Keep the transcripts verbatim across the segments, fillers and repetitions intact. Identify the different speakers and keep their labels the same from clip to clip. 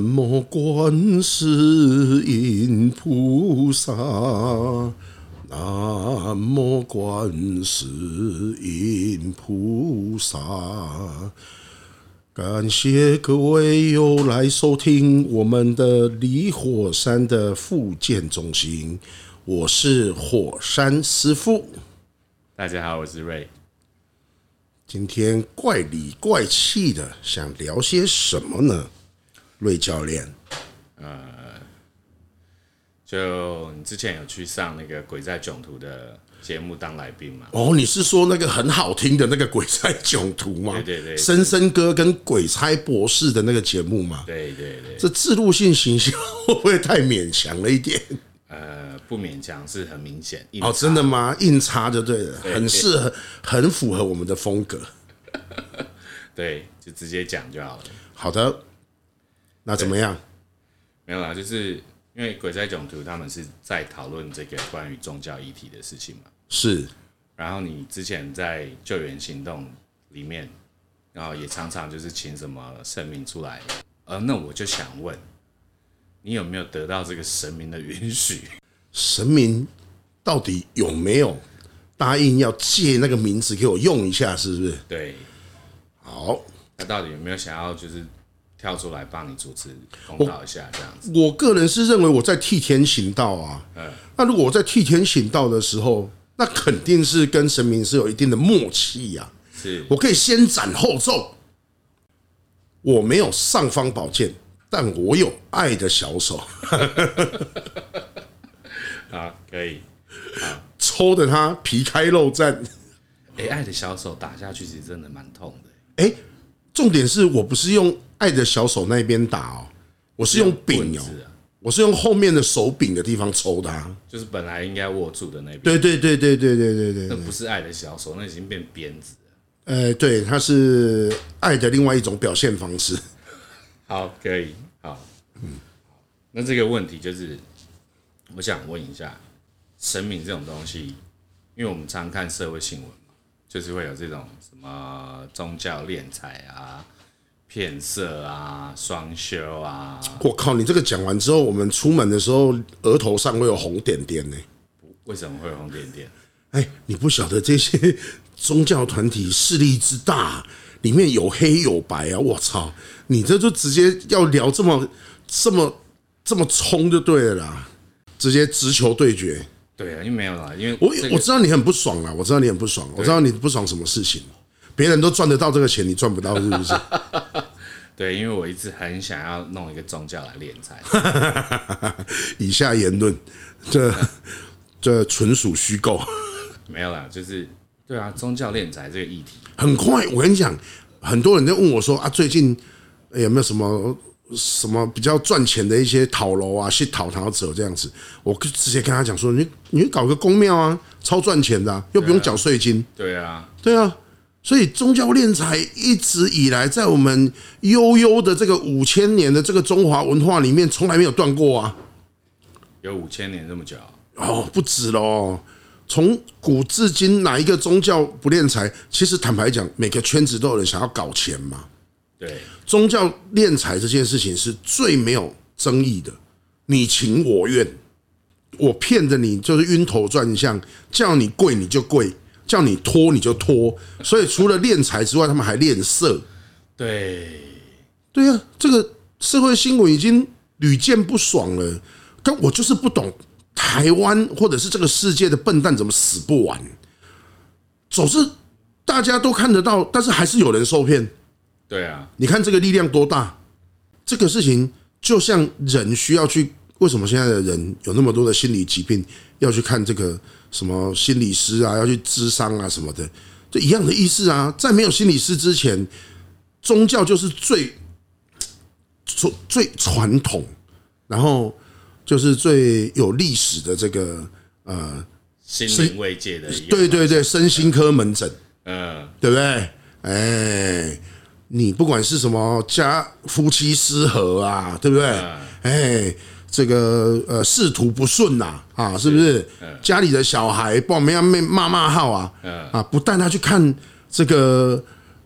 Speaker 1: 无观世音菩萨，南无观世音菩萨。感谢各位又来收听我们的李火山的复健中心，我是火山师傅。
Speaker 2: 大家好，我是瑞。
Speaker 1: 今天怪里怪气的，想聊些什么呢？瑞教练，
Speaker 2: 呃，就你之前有去上那个鬼在囧途的节目当来宾嘛？
Speaker 1: 哦，你是说那个很好听的那个鬼差囧途吗？
Speaker 2: 对对对，
Speaker 1: 森森哥跟鬼差博士的那个节目吗？
Speaker 2: 对对对，
Speaker 1: 这制度性形象会不会太勉强了一点？
Speaker 2: 呃，不勉强，是很明显。
Speaker 1: 哦，真的吗？硬插就对了，
Speaker 2: 对
Speaker 1: 很适合，很符合我们的风格。
Speaker 2: 对，就直接讲就好了。
Speaker 1: 好的，那怎么样？
Speaker 2: 没有啦，就是因为鬼在囧途他们是在讨论这个关于宗教议题的事情嘛。
Speaker 1: 是。
Speaker 2: 然后你之前在救援行动里面，然后也常常就是请什么神明出来，呃，那我就想问，你有没有得到这个神明的允许？
Speaker 1: 神明到底有没有答应要借那个名字给我用一下？是不是？
Speaker 2: 对。
Speaker 1: 好，
Speaker 2: 他到底有没有想要就是跳出来帮你主持公道一下这样子？
Speaker 1: 我个人是认为我在替天行道啊。
Speaker 2: 嗯，
Speaker 1: 那如果我在替天行道的时候，那肯定是跟神明是有一定的默契呀、啊。
Speaker 2: 是
Speaker 1: 我可以先斩后奏。我没有尚方宝剑，但我有爱的小手。
Speaker 2: 好，可以。好，
Speaker 1: 抽的他皮开肉绽。
Speaker 2: 哎、欸，爱的小手打下去其实真的蛮痛的。
Speaker 1: 哎、欸，重点是我不是用爱的小手那边打哦，我是用柄哦，我是用后面的手柄的地方抽的、啊，
Speaker 2: 就是本来应该握住的那边。
Speaker 1: 对对对对对对对对，
Speaker 2: 那不是爱的小手，那已经变鞭子了。
Speaker 1: 呃，对，它是爱的另外一种表现方式。
Speaker 2: 好，可以，好，嗯，那这个问题就是，我想问一下，神明这种东西，因为我们常看社会新闻嘛，就是会有这种什么宗教敛财啊、骗色啊、双修啊。
Speaker 1: 我靠，你这个讲完之后，我们出门的时候额头上会有红点点呢。
Speaker 2: 为什么会有红点点？
Speaker 1: 哎，你不晓得这些宗教团体势力之大，里面有黑有白啊！我操，你这就直接要聊这么这么这么冲就对了啦，直接直球对决。
Speaker 2: 对啊，因为没有啦，因为、
Speaker 1: 我我知道你很不爽啦，我知道你很不爽，我知道你不爽什么事情，别人都赚得到这个钱，你赚不到是不是？
Speaker 2: 对，因为我一直很想要弄一个宗教来敛财。
Speaker 1: 以下言论，这这纯属虚构。
Speaker 2: 没有啦，就是对啊，宗教敛财这个议题，
Speaker 1: 很快，我跟你讲，很多人在问我说啊，最近有没有什么什么比较赚钱的一些讨楼啊，去讨讨者这样子，我直接跟他讲说，你你搞个公庙啊，超赚钱的、啊，又不用缴税金。
Speaker 2: 对啊，
Speaker 1: 对啊，所以宗教敛财一直以来在我们悠悠的这个五千年的这个中华文化里面，从来没有断过啊。
Speaker 2: 有五千年这么久
Speaker 1: 哦，不止喽。从古至今，哪一个宗教不敛财？其实坦白讲，每个圈子都有人想要搞钱嘛。
Speaker 2: 对，
Speaker 1: 宗教敛财这件事情是最没有争议的，你情我愿，我骗着你就是晕头转向，叫你跪你就跪，叫你拖你就拖。所以除了敛财之外，他们还敛色。
Speaker 2: 对，
Speaker 1: 对啊，这个社会新闻已经屡见不爽了，但我就是不懂。台湾或者是这个世界的笨蛋怎么死不完？总是大家都看得到，但是还是有人受骗。
Speaker 2: 对啊，
Speaker 1: 你看这个力量多大？这个事情就像人需要去，为什么现在的人有那么多的心理疾病，要去看这个什么心理师啊，要去諮商啊什么的，这一样的意思啊。在没有心理师之前，宗教就是最最传统，然后。就是最有历史的这个呃
Speaker 2: 心灵慰藉的一个，
Speaker 1: 对对对，身心科门诊，
Speaker 2: 嗯，
Speaker 1: 对不对？哎，你不管是什么家夫妻失和啊，对不对？哎，这个呃仕途不顺呐，啊，是不是？家里的小孩报没要骂骂号啊，啊，不带他去看这个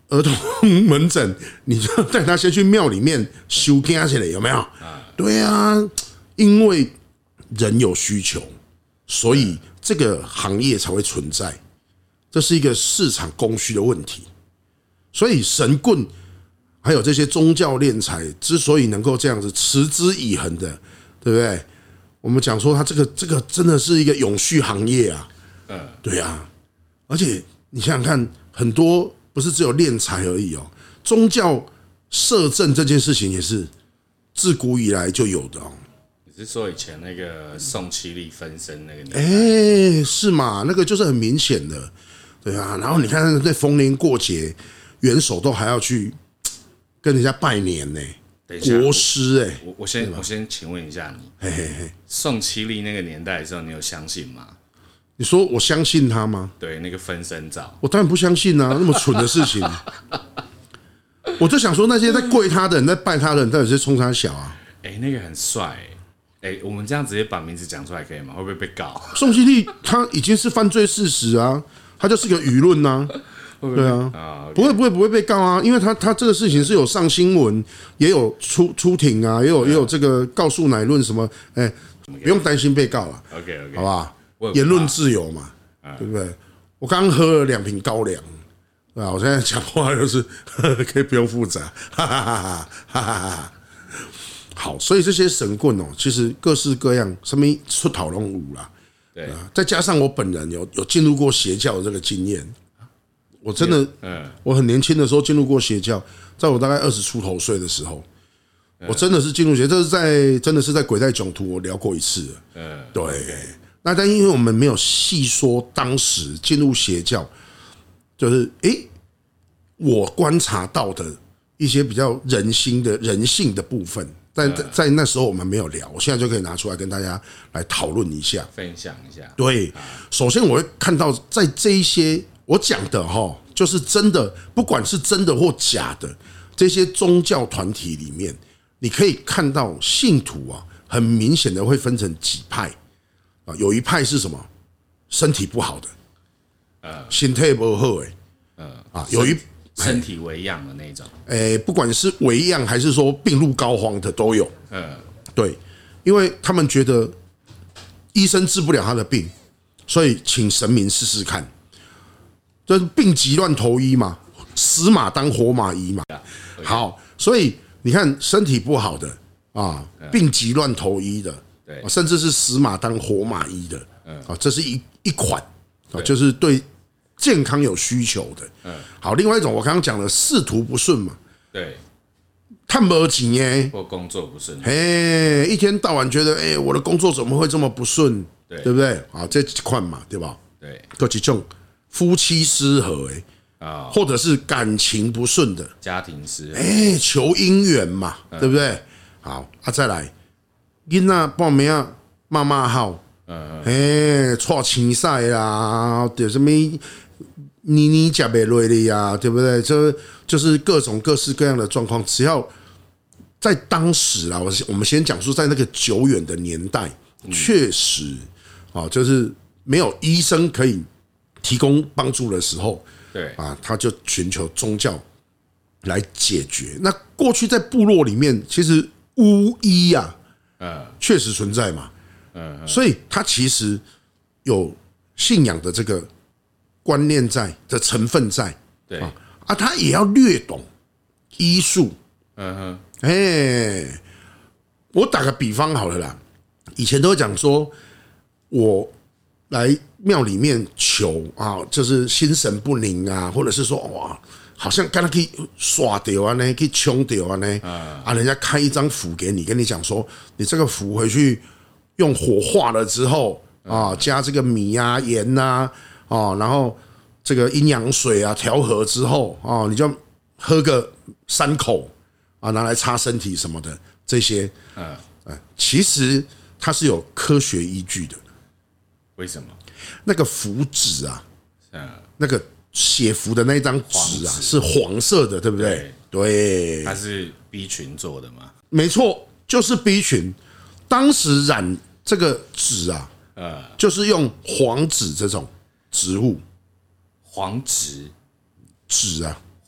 Speaker 1: 儿童门诊，你就带他先去庙里面修家起来，有没有？对啊，因为人有需求，所以这个行业才会存在，这是一个市场供需的问题。所以神棍还有这些宗教敛财之所以能够这样子持之以恒的，对不对？我们讲说他这个这个真的是一个永续行业啊，对啊，而且你想想看，很多不是只有敛财而已哦，宗教摄政这件事情也是自古以来就有的哦。
Speaker 2: 你是说以前那个宋七力分身那个年代？
Speaker 1: 哎，是嘛？那个就是很明显的，对啊。然后你看，在逢年过节，元首都还要去跟人家拜年呢。
Speaker 2: 等一下，
Speaker 1: 国师哎、欸，
Speaker 2: 我我先我先请问一下你，
Speaker 1: 嘿嘿嘿，
Speaker 2: 宋七力那个年代的时候，你有相信吗？
Speaker 1: 你说我相信他吗？
Speaker 2: 对，那个分身照，
Speaker 1: 我当然不相信啊，那么蠢的事情。我就想说，那些在跪他的人，在拜他的人，到底是冲他小啊？
Speaker 2: 哎、欸，那个很帅哎、欸，哎、欸，我们这样直接把名字讲出来可以吗？会不会被告？
Speaker 1: 宋希棣他已经是犯罪事实啊，他就是个舆论呐。对啊，啊 okay、不会不会不会被告啊，因为他他这个事情是有上新闻，也有出出庭啊，也有也有这个告诉乃论什么，哎、欸，不用担心被告啊。
Speaker 2: OK OK，
Speaker 1: 好不好？言论自由嘛，对不对？我刚喝了两瓶高粱，对吧？我现在讲话就是可以不用复杂，哈哈哈哈哈哈哈。好，所以这些神棍哦，其实各式各样，什么出讨论舞啦，对，再加上我本人有有进入过邪教的这个经验。我真的，我很年轻的时候进入过邪教，在我大概二十出头岁的时候，我真的是进入邪教，这是在真的是在鬼带囧途我聊过一次，对。那但因为我们没有细说当时进入邪教，就是哎、欸，我观察到的一些比较人心的人性的部分，但在那时候我们没有聊，我现在就可以拿出来跟大家来讨论一下，
Speaker 2: 分享一下。对，
Speaker 1: 首先我会看到在这一些。我讲的哈，就是真的，不管是真的或假的，这些宗教团体里面，你可以看到信徒啊，很明显的会分成几派啊。有一派是什么？身体不好的，呃，心态不好哎，呃啊，有一
Speaker 2: 身体为恙的那种，
Speaker 1: 哎，不管是为恙还是说病入膏肓的都有，嗯，对，因为他们觉得医生治不了他的病，所以请神明试试看。就是病急乱投医嘛，死马当活马医嘛。好，所以你看身体不好的啊，病急乱投医的，甚至是死马当活马医的，啊，这是一一款啊，就是对健康有需求的。好，另外一种我刚刚讲的仕途不顺嘛，对，探没钱耶，
Speaker 2: 或工作不顺，
Speaker 1: 哎，一天到晚觉得哎，我的工作怎么会这么不顺？对，对不对？啊，这几款嘛，对吧？对，有几种。夫妻失和哎，或者是感情不顺的
Speaker 2: 家庭失和，
Speaker 1: 哎，求姻缘嘛，对不对？好啊，再来，囡仔报名啊，骂骂号，哎，错青赛啦，有什么妮妮加贝瑞的呀，对不对？这就是各种各式各样的状况。只要在当时啊，我我们先讲述在那个久远的年代，确实啊，就是没有医生可以提供帮助的时候，对啊，他就寻求宗教来解决。那过去在部落里面，其实巫医啊，嗯，确实存在嘛，嗯，所以他其实有信仰的这个观念在的成分在，对啊，啊，他也要略懂医术，嗯哼，哎，我打个比方好了啦，以前都会讲说，我来庙里面求啊，就是心神不宁啊，或者是说哇，好像刚才可以刷掉啊呢，可以冲掉啊呢，啊，人家开一张符给你，跟你讲说，你这个符回去用火化了之后啊，加这个米啊、盐啊，哦，然后这个阴阳水啊调和之后啊，你就喝个三口啊，拿来擦身体什么的，这些，嗯，其实它是有科学依据的。
Speaker 2: 为什么？
Speaker 1: 那个符纸啊，那个写符的那张纸啊，是黄色的，对不对？对，
Speaker 2: 它是 B 群做的吗？
Speaker 1: 没错，就是 B 群。当时染这个纸啊，呃，就是用黄纸这种植物，
Speaker 2: 黄纸
Speaker 1: 纸啊，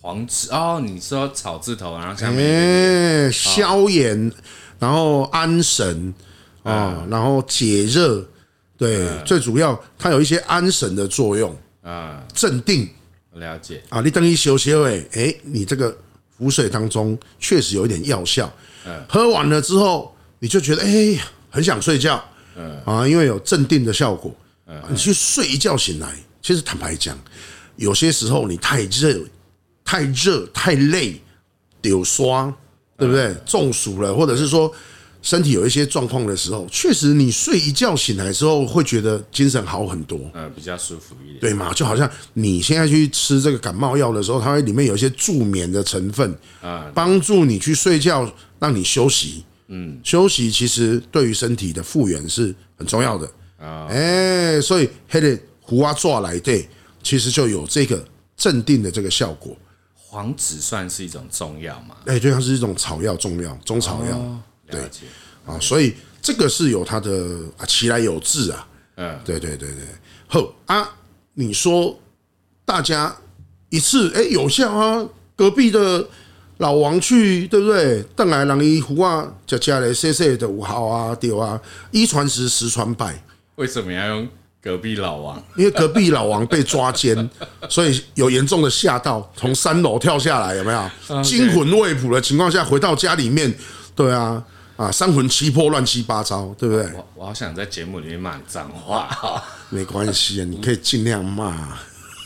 Speaker 2: 黄芪哦，你说草字头，然后下面
Speaker 1: 哎，消炎，然后安神啊，然后解热，对，最主要它有一些安神的作用啊，镇定。
Speaker 2: 了解
Speaker 1: 啊，你等一休息哎，哎，你这个浮水当中确实有一点药效，喝完了之后你就觉得哎，很想睡觉，啊，因为有镇定的效果，你去睡一觉醒来，其实坦白讲，有些时候你太热、太热、太累，丢刷，对不对？中暑了，或者是说身体有一些状况的时候，确实你睡一觉醒来之后，会觉得精神好很多，
Speaker 2: 呃，比较舒服一点，
Speaker 1: 对嘛？就好像你现在去吃这个感冒药的时候，它会里面有一些助眠的成分，啊，帮助你去睡觉，让你休息。嗯，休息其实对于身体的复原是很重要的啊。哎，所以黑的胡啊抓来对，其实就有这个镇定的这个效果。
Speaker 2: 黄芪算是一种中药嘛？
Speaker 1: 哎，对，它是一种草药、中药、中草药。
Speaker 2: 哦，
Speaker 1: 对啊，所以这个是有它的啊，其来有自啊。嗯，对对对对。好啊，你说大家一次哎有效啊，隔壁的老王去对不对？邓来人伊胡啊，家家嘞细细的有效啊，对啊，一传十，十传百。
Speaker 2: 为什么要用隔壁老王？
Speaker 1: 因为隔壁老王被抓奸，所以有严重的吓到，从三楼跳下来，有没有？惊魂未卜的情况下，回到家里面，对啊。啊，三魂七魄乱七八糟，对不对？
Speaker 2: 我我好想在节目里面骂你脏话，
Speaker 1: 没关系啊，你可以尽量骂。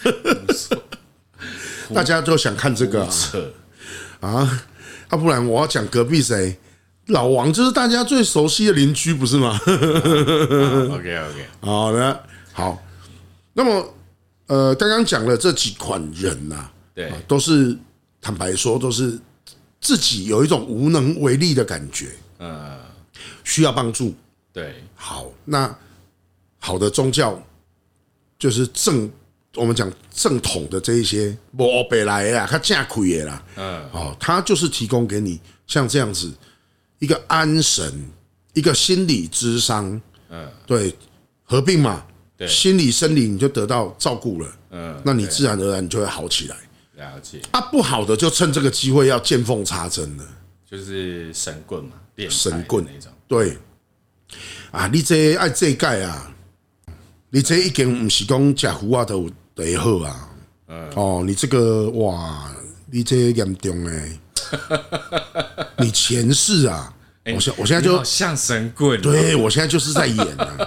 Speaker 1: 大家都想看这个啊，啊，要不然我要讲隔壁谁？老王就是大家最熟悉的邻居，不是吗
Speaker 2: ？OK OK，
Speaker 1: 好的，好。那么，呃，刚刚讲了这几款人呐、啊，
Speaker 2: 对，
Speaker 1: 都是坦白说，都是自己有一种无能为力的感觉。呃，需要帮助。
Speaker 2: 对，
Speaker 1: 好，那好的宗教就是正，我们讲正统的这一些，无白来的啦，他正亏的啦，嗯，哦，他就是提供给你像这样子一个安神，一个心理咨商，嗯，对，合并嘛，对，心理生理你就得到照顾了，嗯，那你自然而然你就会好起来。
Speaker 2: 了解。
Speaker 1: 啊，不好的就趁这个机会要见缝插针了。
Speaker 2: 就是神棍嘛，
Speaker 1: 神棍
Speaker 2: 那种。
Speaker 1: 对，啊，你这爱这改啊，你这已经不是讲吃胡啊都会好啊。哦，你这个哇，你这严重哎，你前世啊，我现我现在就
Speaker 2: 像神棍，
Speaker 1: 对我现在就是在演啊。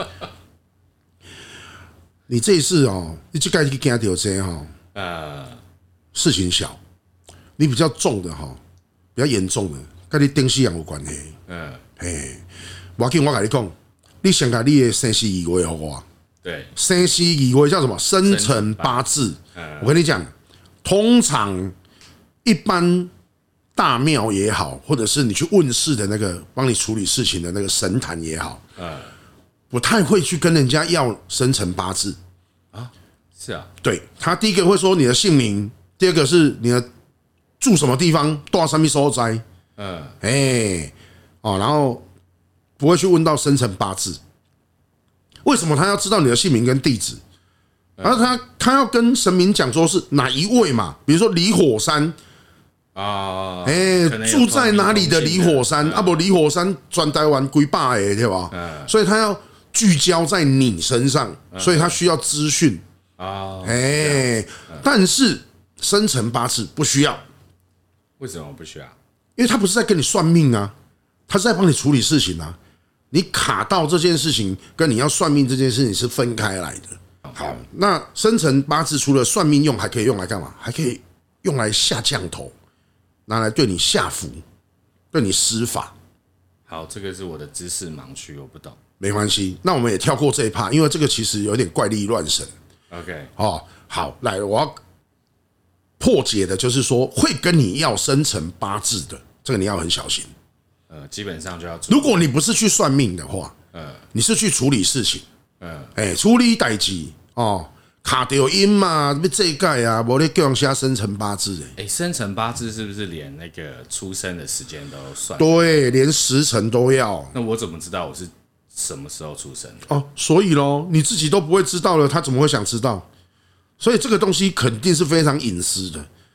Speaker 1: 你这一次哦，你这该去惊到这哈，呃，事情小，你比较重的哈。比较严重的，跟你定死人有关系。嗯，嘿，我跟我跟你讲，你先把你的生死仪位给我。
Speaker 2: 对，
Speaker 1: 生死仪位叫什么？生辰八字。我跟你讲，通常一般大庙也好，或者是你去问事的那个帮你处理事情的那个神坛也好，嗯，不太会去跟人家要生辰八字
Speaker 2: 啊。是啊，
Speaker 1: 对他第一个会说你的姓名，第二个是你的。住什么地方，住什么所在，嗯，哎，哦，然后不会去问到生辰八字，为什么他要知道你的姓名跟地址？然后他他要跟神明讲说是哪一位嘛，比如说李火山啊，哎，住在哪里的李火山，啊不，李火山全台湾几百个对吧？所以他要聚焦在你身上，所以他需要资讯啊，哎，但是生辰八字不需要。
Speaker 2: 为什么不需要？
Speaker 1: 因为他不是在跟你算命啊，他是在帮你处理事情啊。你卡到这件事情跟你要算命这件事情是分开来的。好，那生辰八字除了算命用，还可以用来干嘛？还可以用来下降头，拿来对你下符，对你施法。
Speaker 2: 好，这个是我的知识盲区，我不懂。
Speaker 1: 没关系，那我们也跳过这一趴，因为这个其实有点怪力乱神。
Speaker 2: OK，
Speaker 1: 哦，好，来，我要。破解的就是说，会跟你要生辰八字的，这个你要很小心。
Speaker 2: 呃，基本上就要。
Speaker 1: 如果你不是去算命的话，呃，你是去处理事情，嗯，哎，处理代志哦，卡掉音嘛，这一盖啊，我咧叫人写生辰八字
Speaker 2: 哎，生辰八字是不是连那个出生的时间都算？
Speaker 1: 对，连时辰都要。
Speaker 2: 那我怎么知道我是什么时候出生的？
Speaker 1: 哦，所以咯，你自己都不会知道了，他怎么会想知道？所以这个东西肯定是非常隐私的。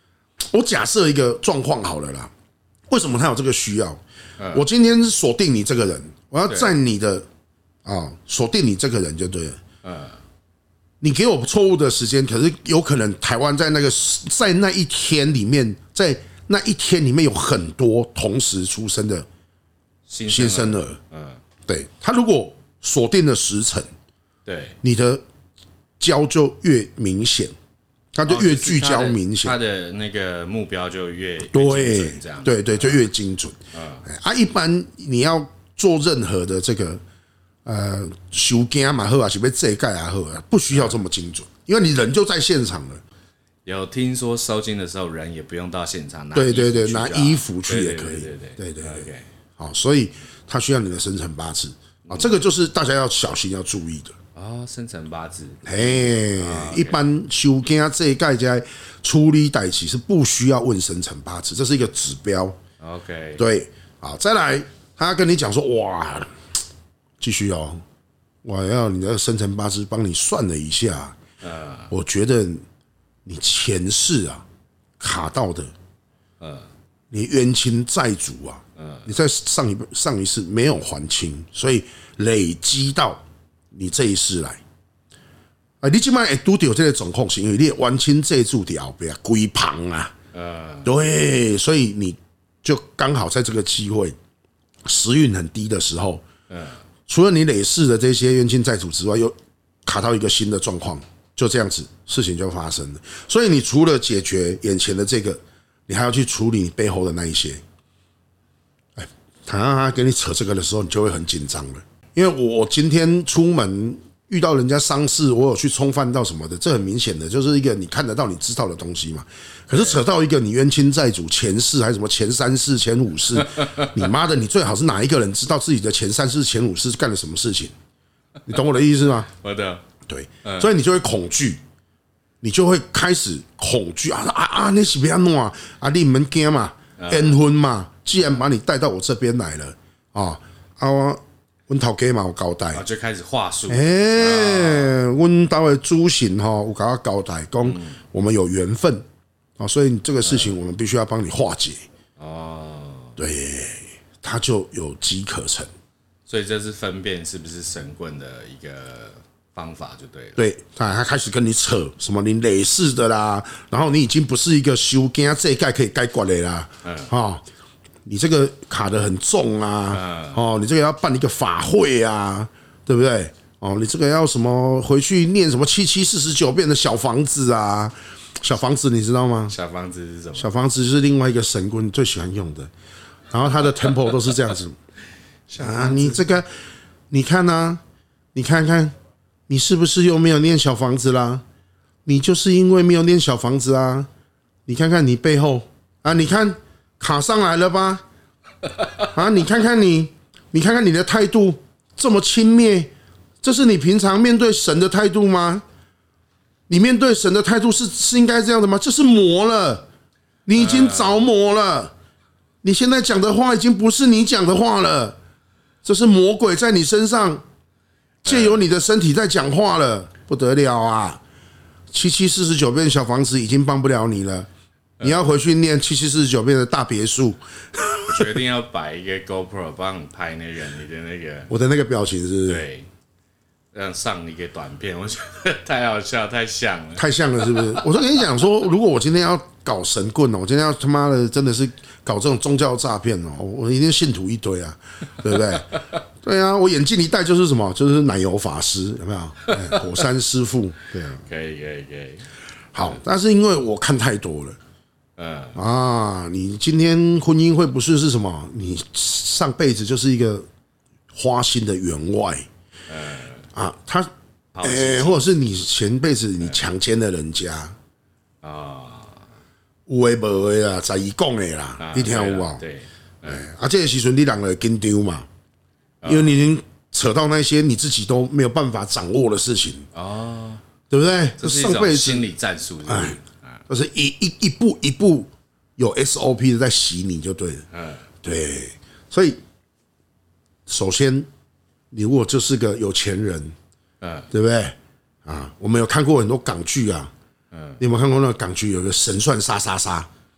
Speaker 1: 我假设一个状况好了啦，为什么他有这个需要？我今天锁定你这个人，我要在你的啊锁定你这个人就对了。你给我错误的时间，可是有可能台湾在那个在那一天里面，在那一天里面有很多同时出生的新生儿。嗯，对，他如果锁定了时辰，对，你的焦就越明显，他就越聚焦明显，
Speaker 2: 他的那个目标就越
Speaker 1: 对，这样对对，就越精准。啊，一般你要做任何的这个。呃，收件嘛好啊，是要这盖啊好啊，不需要这么精准，因为你人就在现场了。
Speaker 2: 有听说收金的时候人也不用到现场拿，
Speaker 1: 对对对，拿衣服去也可以，
Speaker 2: 对
Speaker 1: 对对对。好，所以它需要你的生辰八字啊，这个就是大家要小心要注意的
Speaker 2: 啊。生辰八字，
Speaker 1: 嘿，一般收件这盖在处理代期是不需要问生辰八字，这是一个指标。
Speaker 2: OK，
Speaker 1: 对，好，再来，他跟你讲说，哇。继续哦，我要你的生辰八字帮你算了一下，我觉得你前世啊卡到的，你冤亲债主啊，你在上一上一世没有还清，所以累积到你这一世来，啊，你今晚会拄到这个状况，是因为你冤亲债主在后边龟旁啊，对，所以你就刚好在这个机会，时运很低的时候，除了你累世的这些冤亲债主之外，又卡到一个新的状况，就这样子，事情就发生了。所以你除了解决眼前的这个，你还要去处理你背后的那一些。哎，他跟你扯这个的时候，你就会很紧张了，因为我今天出门遇到人家丧事，我有去冲犯到什么的，这很明显的就是一个你看得到、你知道的东西嘛。可是扯到一个你冤亲债主前世还是什么前三世、前五世，你妈的，你最好是哪一个人知道自己的前三世、前五世干了什么事情？你懂我的意思吗？
Speaker 2: 我的，
Speaker 1: 对，所以你就会恐惧，你就会开始恐惧啊啊啊！那是不要弄啊啊！你们惊嘛，缘分嘛，既然把你带到我这边来了啊啊！阮头家嘛有交代，
Speaker 2: 就开始话术。
Speaker 1: 哎，阮家的主神哈有跟我交代，讲我们有缘分啊，所以这个事情我们必须要帮你化解。哦，对，他就有机可乘。
Speaker 2: 所以这是分辨是不是神棍的一个方法，就对了。
Speaker 1: 对，他开始跟你扯什么你累世的啦，然后你已经不是一个修经这一盖可以解决的啦，啊。你这个卡得很重啊，哦，你这个要办一个法会啊，对不对？哦，你这个要什么回去念什么七七四十九遍的小房子啊？小房子你知道吗？
Speaker 2: 小房子是什么？
Speaker 1: 小房子就是另外一个神棍最喜欢用的，然后他的 tempo 都是这样子啊。你这个，你看啊，你看看，你是不是又没有念小房子啦？你就是因为没有念小房子啊。你看看你背后啊，你看。卡上来了吧？啊，你看看你，你看看你的态度这么轻蔑，这是你平常面对神的态度吗？你面对神的态度是是应该这样的吗？这是魔了，你已经着魔了。你现在讲的话已经不是你讲的话了，这是魔鬼在你身上借由你的身体在讲话了，不得了啊！七七四十九遍小房子已经帮不了你了。你要回去念七七四十九遍的大别墅。
Speaker 2: 我决定要摆一个 GoPro 帮你拍那个你的那个
Speaker 1: 我的那个表情，是不是？
Speaker 2: 对，让上一个短片，我觉得太好笑，太像了，
Speaker 1: 太像了，是不是？我就跟你讲说，如果我今天要搞神棍哦，我今天要他妈的真的是搞这种宗教诈骗哦，我一定信徒一堆啊，对不对？对啊，我眼镜一戴就是什么，就是奶油法师，有没有？火山师傅，对啊，
Speaker 2: 可以，可以，可以。
Speaker 1: 好，但是因为我看太多了。嗯啊，你今天婚姻会不是是什么？你上辈子就是一个花心的员外，嗯啊，他哎、欸，或者是你前辈子你强奸了人家啊，有诶无诶啦，在伊讲诶啦，你听有无？对，哎啊，这个时阵你两个跟丢嘛，因为你已经扯到那些你自己都没有办法掌握的事情哦，对不对？
Speaker 2: 这是一种心理战术，哎。
Speaker 1: 就是一一一步一步有 S O P 的在洗你就对了，嗯，对，所以首先你如果就是个有钱人，嗯，对不对啊？我们有看过很多港剧啊，嗯，你有没有看过那个港剧有个神算杀杀杀？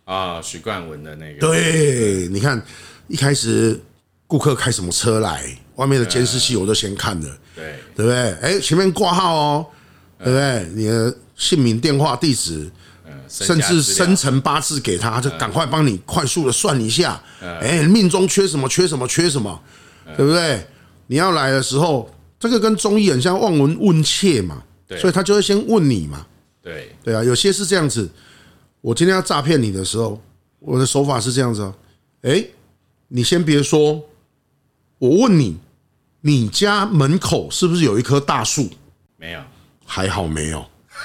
Speaker 2: 啊，许冠文的那个。
Speaker 1: 对，你看一开始顾客开什么车来，外面的监视器我都先看了，
Speaker 2: 对
Speaker 1: 对不对？哎，前面挂号哦，对不对？你的姓名、电话、地址，甚至生辰八字给他，就赶快帮你快速的算一下。哎，命中缺什么？缺什么？缺什么？对不对？你要来的时候，这个跟中医很像望闻问切嘛，所以他就会先问你嘛。
Speaker 2: 对
Speaker 1: 对啊，有些是这样子。我今天要诈骗你的时候，我的手法是这样子哦。哎，你先别说，我问你，你家门口是不是有一棵大树？
Speaker 2: 没有，
Speaker 1: 还好没有。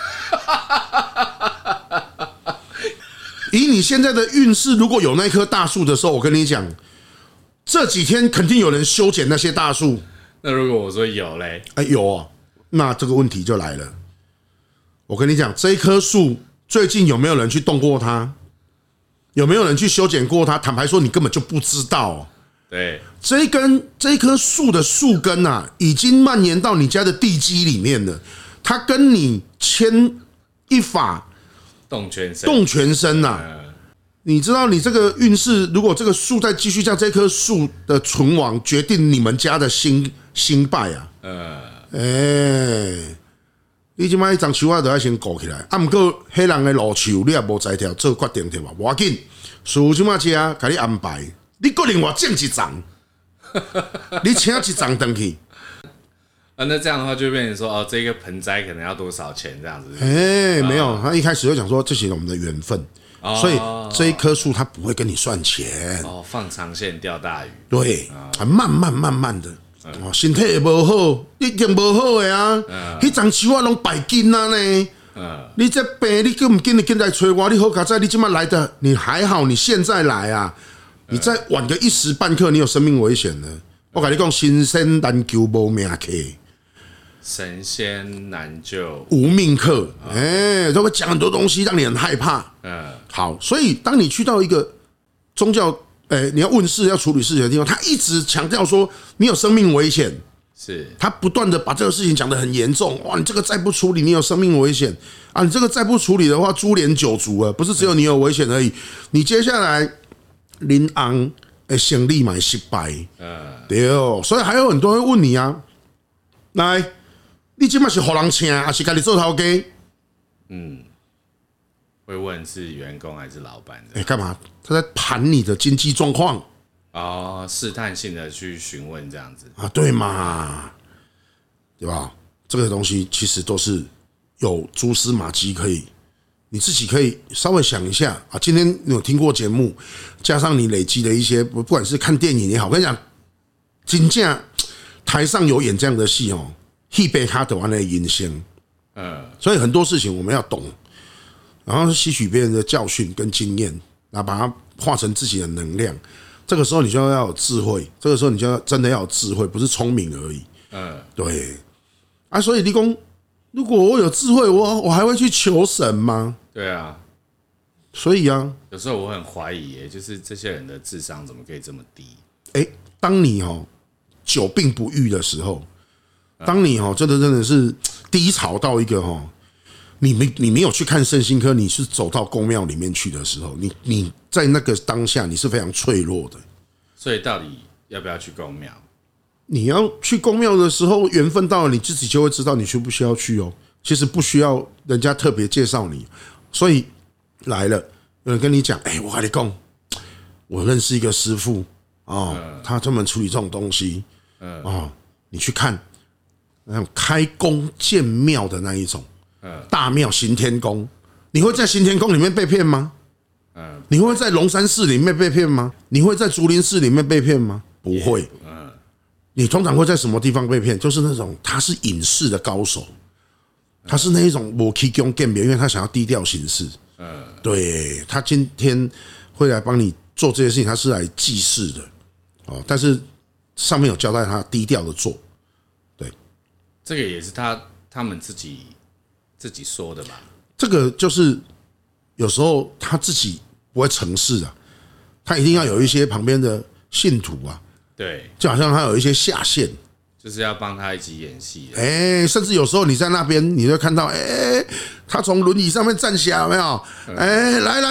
Speaker 1: 以你现在的运势，如果有那棵大树的时候，我跟你讲，这几天肯定有人修剪那些大树。
Speaker 2: 那如果我说有嘞，
Speaker 1: 哎有哦，那这个问题就来了。我跟你讲，这一棵树最近有没有人去动过它？有没有人去修剪过它？坦白说，你根本就不知道哦。
Speaker 2: 对，
Speaker 1: 这一根这一棵树的树根啊，已经蔓延到你家的地基里面了。它跟你牵一发
Speaker 2: 动全身，
Speaker 1: 动全身呐、啊。你知道，你这个运势，如果这个树再继续这样，这棵树的存亡决定你们家的兴兴败啊。呃，哎。你即摆迄张树啊，就要先顾起来。啊，毋过迄人的路树，你也无在条做决定对吧？无要紧，师傅即摆吃，给你安排。你个另外种一张，你请一张回去。
Speaker 2: 啊，那这样的话就变成说，哦，这个盆栽可能要多少钱这样子？
Speaker 1: 哎，没有，他一开始就讲说，这是我们的缘分，所以这一棵树他不会跟你算钱。
Speaker 2: 哦，放长线钓大鱼。对，
Speaker 1: 慢慢慢慢的。哦，身体也无好，一定无好的啊！迄张树啊，拢败根啊呢。你这病，你紧唔紧？你紧来找我？你好卡在，你今麦来的，你还好？你现在来啊？你再晚个一时半刻，你有生命危险了。我跟你讲，神仙难救无命客，
Speaker 2: 神仙难救
Speaker 1: 无命客。哎，都会讲很多东西，让你很害怕。嗯，好，所以当你去到一个宗教。哎，你要问事要处理事情的地方，他一直强调说你有生命危险，
Speaker 2: 是
Speaker 1: 他不断的把这个事情讲得很严重。哇，你这个再不处理，你有生命危险啊！你这个再不处理的话，株连九族啊！不是只有你有危险而已，你接下来林昂的生意买失败，对哦。所以还有很多人问你啊，来，你今麦是互人请，还是家己做头家？嗯。
Speaker 2: 会问是员工还是老板的？
Speaker 1: 哎，干嘛？他在盘你的经济状况
Speaker 2: 哦，试探性的去询问这样子
Speaker 1: 啊，对嘛？对吧？这个东西其实都是有蛛丝马迹，可以你自己可以稍微想一下啊。今天你有听过节目，加上你累积的一些，不管是看电影也好，我跟你讲，真正台上有演这样的戏哦，戏被他得完了影响，嗯，所以很多事情我们要懂。然后吸取别人的教训跟经验，然后把它化成自己的能量。这个时候你就要有智慧，这个时候你就要真的要有智慧，不是聪明而已。嗯，对。啊，所以立功，如果我有智慧，我我还会去求神吗？
Speaker 2: 对啊。
Speaker 1: 所以啊，
Speaker 2: 有时候我很怀疑，耶，就是这些人的智商怎么可以这么低？
Speaker 1: 哎，当你哦久病不愈的时候，当你哦真的真的是低潮到一个哦。你没你没有去看身心科，你是走到宫庙里面去的时候，你你在那个当下你是非常脆弱的。
Speaker 2: 所以到底要不要去宫庙？
Speaker 1: 你要去宫庙的时候，缘分到了，你自己就会知道你需不需要去哦。其实不需要人家特别介绍你，所以来了有人跟你讲，哎，我跟你讲，我认识一个师傅哦，他专门处理这种东西哦，你去看那种开宫建庙的那一种。大庙行天宫，你会在行天宫里面被骗吗？你会在龙山寺里面被骗吗？你会在竹林寺里面被骗吗？不会。你通常会在什么地方被骗？就是那种他是隐士的高手，他是那一种没去宫见面，因为他想要低调行事。对，他今天会来帮你做这些事情，他是来祭祀的哦。但是上面有交代他低调的做。对，
Speaker 2: 这个也是他他们自己。自己说的吧，
Speaker 1: 这个就是有时候他自己不会成事啊，他一定要有一些旁边的信徒啊，
Speaker 2: 对，
Speaker 1: 就好像他有一些下线，
Speaker 2: 就是要帮他一起演戏。
Speaker 1: 哎，甚至有时候你在那边，你就看到，哎，他从轮椅上面站起来，有没有？哎，来来，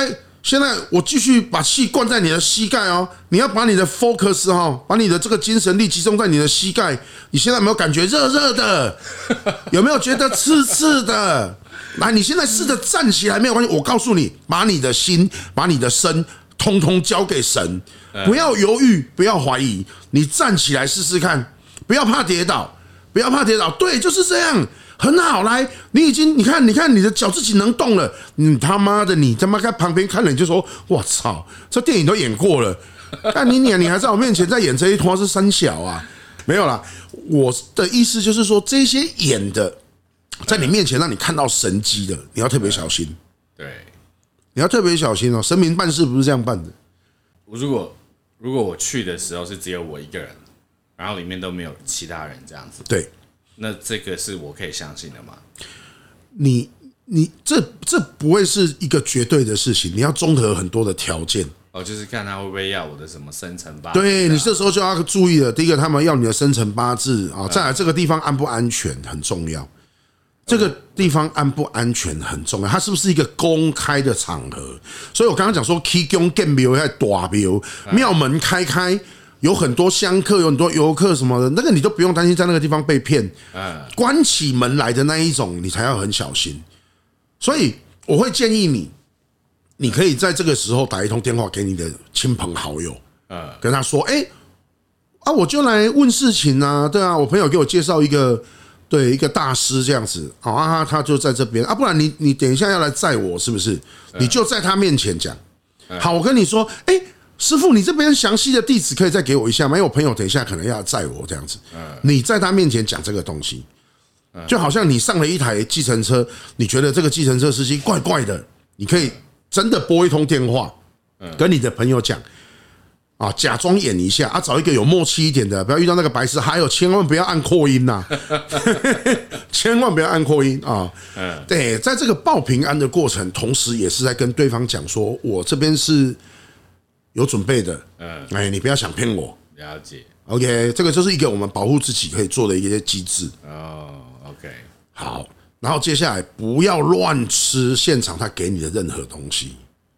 Speaker 1: 现在我继续把气灌在你的膝盖哦，你要把你的 focus 哈，把你的这个精神力集中在你的膝盖。你现在有没有感觉热热的？有没有觉得刺刺的？来，你现在试着站起来没有关系。我告诉你，把你的心、把你的身，通通交给神，不要犹豫，不要怀疑，你站起来试试看，不要怕跌倒，不要怕跌倒。对，就是这样。很好，来，你已经，你看，你看，你的脚自己能动了，你他妈的，你他妈在旁边看了，你就说，我操，这电影都演过了，但你你你还在我面前在演这一坨是三小啊？没有啦，我的意思就是说，这些演的，在你面前让你看到神迹的，你要特别小心。
Speaker 2: 对，
Speaker 1: 你要特别小心哦，神明办事不是这样办的。
Speaker 2: 如果如果我去的时候是只有我一个人，然后里面都没有其他人这样子，
Speaker 1: 对。
Speaker 2: 那这个是我可以相信的吗？
Speaker 1: 你你这这不会是一个绝对的事情，你要综合很多的条件。
Speaker 2: 哦，就是看他会不会要我的什么生辰八字、啊。
Speaker 1: 对，你这时候就要注意了。第一个，他们要你的生辰八字啊，再来这个地方安不安全很重要。这个地方安不安全很重要，它是不是一个公开的场合？所以我刚刚讲说，起宫建庙还大庙，庙门开开。有很多香客，有很多游客什么的，那个你都不用担心在那个地方被骗。关起门来的那一种，你才要很小心。所以我会建议你，你可以在这个时候打一通电话给你的亲朋好友，跟他说：“哎、欸，啊，我就来问事情啊，对啊，我朋友给我介绍一个，对一个大师这样子，好啊，他就在这边啊，不然你你等一下要来载我是不是？你就在他面前讲，好，我跟你说，哎、欸。”师傅，你这边详细的地址可以再给我一下吗？因为我朋友等一下可能要载我这样子。你在他面前讲这个东西，就好像你上了一台计程车，你觉得这个计程车司机怪怪的，你可以真的拨一通电话，跟你的朋友讲啊，假装演一下啊，找一个有默契一点的，不要遇到那个白痴。还有，千万不要按扩音呐，千万不要按扩音啊。对，在这个报平安的过程，同时也是在跟对方讲说，我这边是。有准备的，嗯，哎，你不要想骗我。
Speaker 2: 了解
Speaker 1: ，OK， 这个就是一个我们保护自己可以做的一些机制。
Speaker 2: 哦 ，OK，
Speaker 1: 好，然后接下来不要乱吃现场他给你的任何东西。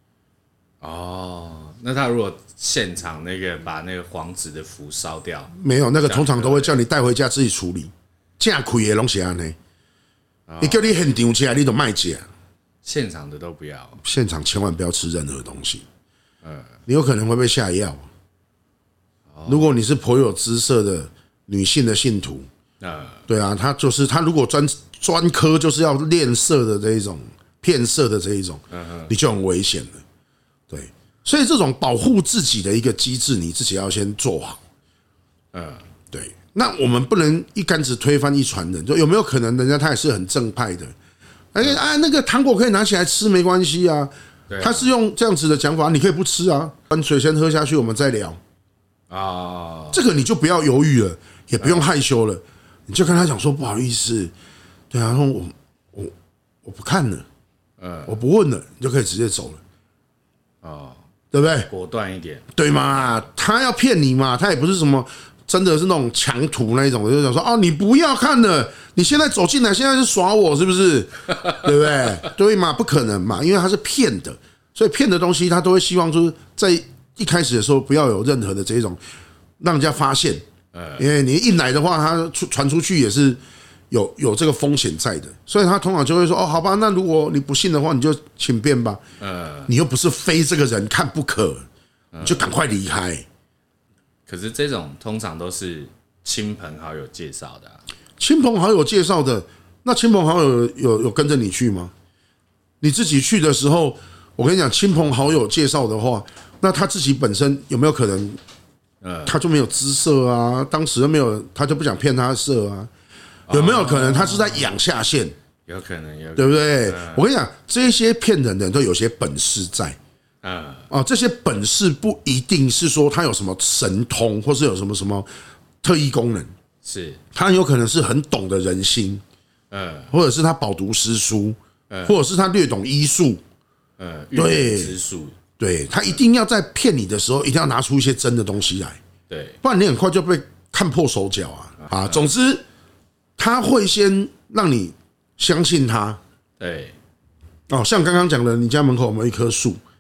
Speaker 2: 哦，那他如果现场那个把那个黄纸的符烧掉，
Speaker 1: 没有，那个通常都会叫你带回家自己处理。正开的东西安呢，你叫你现场吃，你都卖吃。
Speaker 2: 现场的都不要，
Speaker 1: 现场千万不要吃任何东西。你有可能会被下药。如果你是颇有姿色的女性的信徒，对啊，他就是他如果专专科就是要练色的这一种骗色的这一种，你就很危险了。对，所以这种保护自己的一个机制，你自己要先做好。嗯，对。那我们不能一竿子推翻一船人，就有没有可能人家他也是很正派的？哎啊，那个糖果可以拿起来吃，没关系啊。他是用这样子的讲法，你可以不吃啊，把水先喝下去，我们再聊啊。这个你就不要犹豫了，也不用害羞了，你就跟他讲说不好意思，对啊，我我我不看了，嗯，我不问了，你就可以直接走了，哦，对不对？
Speaker 2: 果断一点，
Speaker 1: 对嘛？他要骗你嘛，他也不是什么真的是那种强徒那一种，就讲说哦，你不要看了。你现在走进来，现在是耍我是不是？对不对？对嘛？不可能嘛，因为他是骗的，所以骗的东西他都会希望就是在一开始的时候不要有任何的这种让人家发现，因为你一来的话，他传出去也是有有这个风险在的，所以他通常就会说哦，好吧，那如果你不信的话，你就请便吧。你又不是非这个人看不可，你就赶快离开。
Speaker 2: 可是这种通常都是亲朋好友介绍的、啊。
Speaker 1: 亲朋好友介绍的，那亲朋好友有有跟着你去吗？你自己去的时候，我跟你讲，亲朋好友介绍的话，那他自己本身有没有可能，他就没有姿色啊？当时没有，他就不想骗他色啊？有没有可能他是在养下线？
Speaker 2: 有可能，有可能，
Speaker 1: 对不对？我跟你讲，这些骗人的人都有些本事在。啊，这些本事不一定是说他有什么神通，或是有什么什么特异功能。是，他有可能是很懂得人心，嗯，或者是他饱读诗书，嗯，或者是他略懂医术，嗯，对，
Speaker 2: 知术，
Speaker 1: 对，他一定要在骗你的时候，一定要拿出一些真的东西来，对，不然你很快就被看破手脚啊！啊，总之他会先让你相信他，对，哦，像刚刚讲的，你家门口有没有一棵树？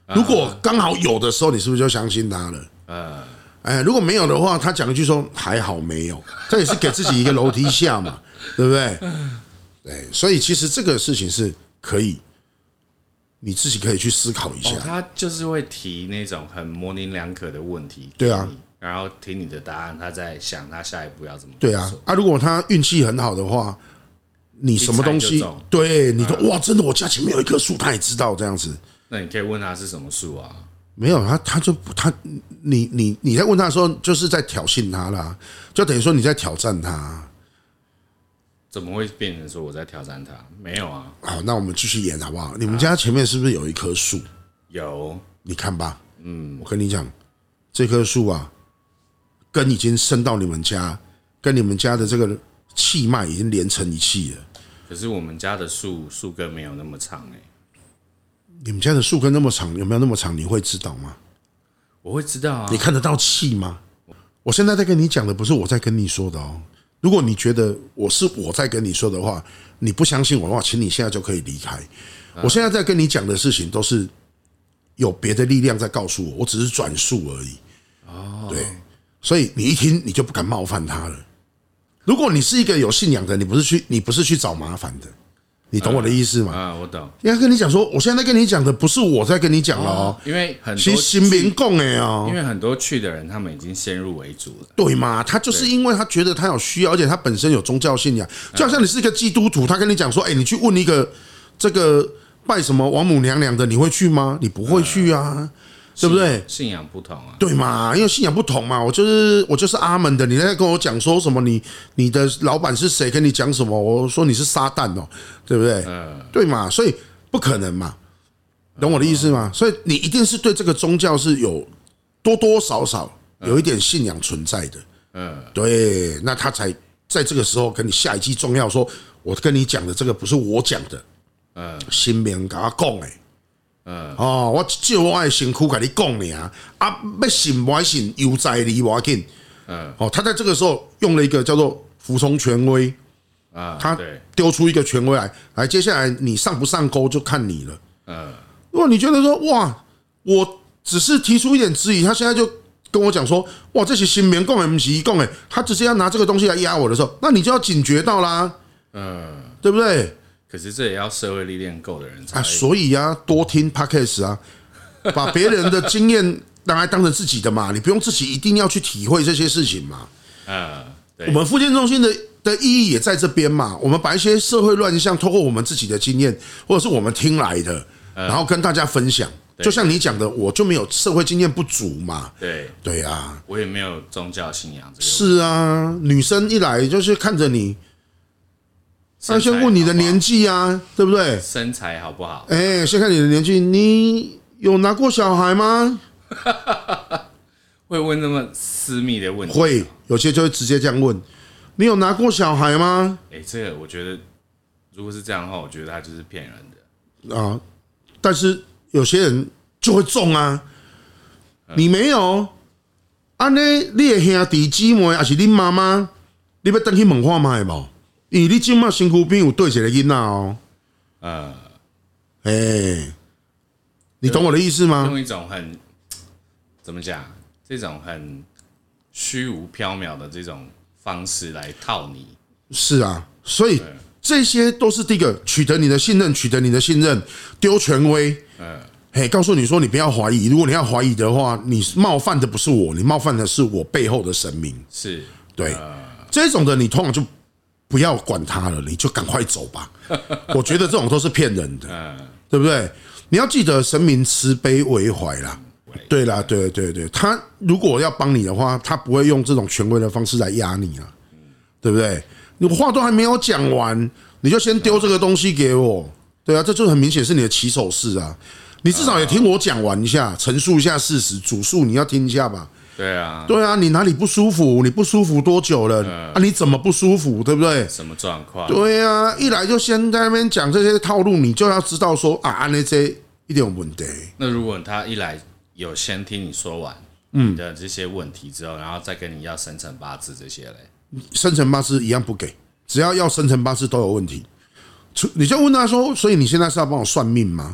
Speaker 1: 如果刚好有的时候，你是不是就相信他了？呃，哎，如果没有的话，他讲一句说还好没有，这也是给自己一个楼梯下嘛，对不对？对，所以其实这个事情是可以，你自己可以去思考一下。
Speaker 2: 哦、他就是会提那种很模棱两可的问题，
Speaker 1: 对啊，
Speaker 2: 然后听你的答案，他在想他下一步要怎么做。
Speaker 1: 对啊，啊，如果他运气很好的话，你什么东西，对，你说哇，真的，我家前面有一棵树，他也知道这样子。
Speaker 2: 那你可以问他是什么树啊？
Speaker 1: 没有，他他就他，你你你在问他的时候，就是在挑衅他啦，就等于说你在挑战他。
Speaker 2: 怎么会变成说我在挑战他？没有啊。
Speaker 1: 好，那我们继续演好不好？你们家前面是不是有一棵树？
Speaker 2: 有，
Speaker 1: 你看吧。嗯，我跟你讲，这棵树啊，根已经伸到你们家，跟你们家的这个气脉已经连成一气了。
Speaker 2: 可是我们家的树树根没有那么长哎、欸。
Speaker 1: 你们家的树根那么长，有没有那么长？你会知道吗？
Speaker 2: 我会知道啊。
Speaker 1: 你看得到气吗？我现在在跟你讲的不是我在跟你说的哦。如果你觉得我是我在跟你说的话，你不相信我的话，请你现在就可以离开。我现在在跟你讲的事情都是有别的力量在告诉我，我只是转述而已。哦，对，所以你一听你就不敢冒犯他了。如果你是一个有信仰的，你不是去你不是去找麻烦的。你懂我的意思吗？
Speaker 2: 啊，我懂。
Speaker 1: 应该跟你讲说，我现在在跟你讲的不是我在跟你讲了哦，
Speaker 2: 因为很多
Speaker 1: 其实新民共哎哦，
Speaker 2: 因为很多去的人他们已经先入为主了，
Speaker 1: 对嘛？他就是因为他觉得他有需要，而且他本身有宗教信仰，就好像你是一个基督徒，他跟你讲说，哎，你去问一个这个拜什么王母娘娘的，你会去吗？你不会去啊。对不对？
Speaker 2: 信仰不同啊，
Speaker 1: 对嘛？因为信仰不同嘛，我就是我就是阿门的。你在跟我讲说什么？你你的老板是谁？跟你讲什么？我说你是撒旦哦，对不对？嗯，对嘛？所以不可能嘛，懂我的意思吗？所以你一定是对这个宗教是有多多少少有一点信仰存在的。嗯，对，那他才在这个时候跟你下一句重要说，我跟你讲的这个不是我讲的，嗯，神明跟我讲的。嗯，哦，我借我的身躯跟你讲呢，啊，要信不信由在你不要紧。嗯，哦，他在这个时候用了一个叫做服从权威啊，他丢出一个权威来，来，接下来你上不上钩就看你了。嗯，如果你觉得说哇，我只是提出一点质疑，他现在就跟我讲说，哇，这些新民讲的不是讲的，他直接要拿这个东西来压我的时候，那你就要警觉到啦。嗯，对不对？
Speaker 2: 可是这也要社会历练够的人才啊，
Speaker 1: 所以啊，多听 podcast 啊，把别人的经验拿来当成自己的嘛，你不用自己一定要去体会这些事情嘛。啊，我们复健中心的的意义也在这边嘛，我们把一些社会乱象透过我们自己的经验，或者是我们听来的，然后跟大家分享。就像你讲的，我就没有社会经验不足嘛。
Speaker 2: 对
Speaker 1: 对啊，
Speaker 2: 我也没有宗教信仰。
Speaker 1: 是啊，女生一来就是看着你。他先问你的年纪啊，对不对？
Speaker 2: 身材好不好？
Speaker 1: 哎、欸，先看你的年纪，你有拿过小孩吗？
Speaker 2: 会问那么私密的问题？
Speaker 1: 会，有些就会直接这样问：你有拿过小孩吗？
Speaker 2: 哎、欸，这个我觉得，如果是这样的话，我觉得他就是骗人的
Speaker 1: 啊。但是有些人就会中啊，你没有，安尼你的兄弟姊妹还是你妈妈，你要登去问看卖无？因为你今麦身躯边有对一个囡仔哦，呃，哎、欸，你懂我的意思吗？
Speaker 2: 用一种很怎么讲，这种很虚无缥缈的这种方式来套你。
Speaker 1: 是啊，所以这些都是第一个取得你的信任，取得你的信任，丢权威，嗯，嘿，告诉你说你不要怀疑，如果你要怀疑的话，你冒犯的不是我，你冒犯的是我背后的神明。
Speaker 2: 是，
Speaker 1: 对，呃、这种的你通常就。不要管他了，你就赶快走吧。我觉得这种都是骗人的，对不对？你要记得神明慈悲为怀啦。对啦，对对对，他如果要帮你的话，他不会用这种权威的方式来压你啊，对不对？你话都还没有讲完，你就先丢这个东西给我，对啊，这就很明显是你的起手式啊。你至少也听我讲完一下，陈述一下事实，主述你要听一下吧。
Speaker 2: 对啊，
Speaker 1: 对啊，你哪里不舒服？你不舒服多久了？嗯、啊，你怎么不舒服？对不对？
Speaker 2: 什么状况？
Speaker 1: 对啊，一来就先在那边讲这些套路，你就要知道说啊，那这一定有问题。
Speaker 2: 那如果他一来有先听你说完你的这些问题之后，然后再跟你要生辰八字这些嘞，
Speaker 1: 生辰八字一样不给，只要要生辰八字都有问题。你就问他说，所以你现在是要帮我算命吗？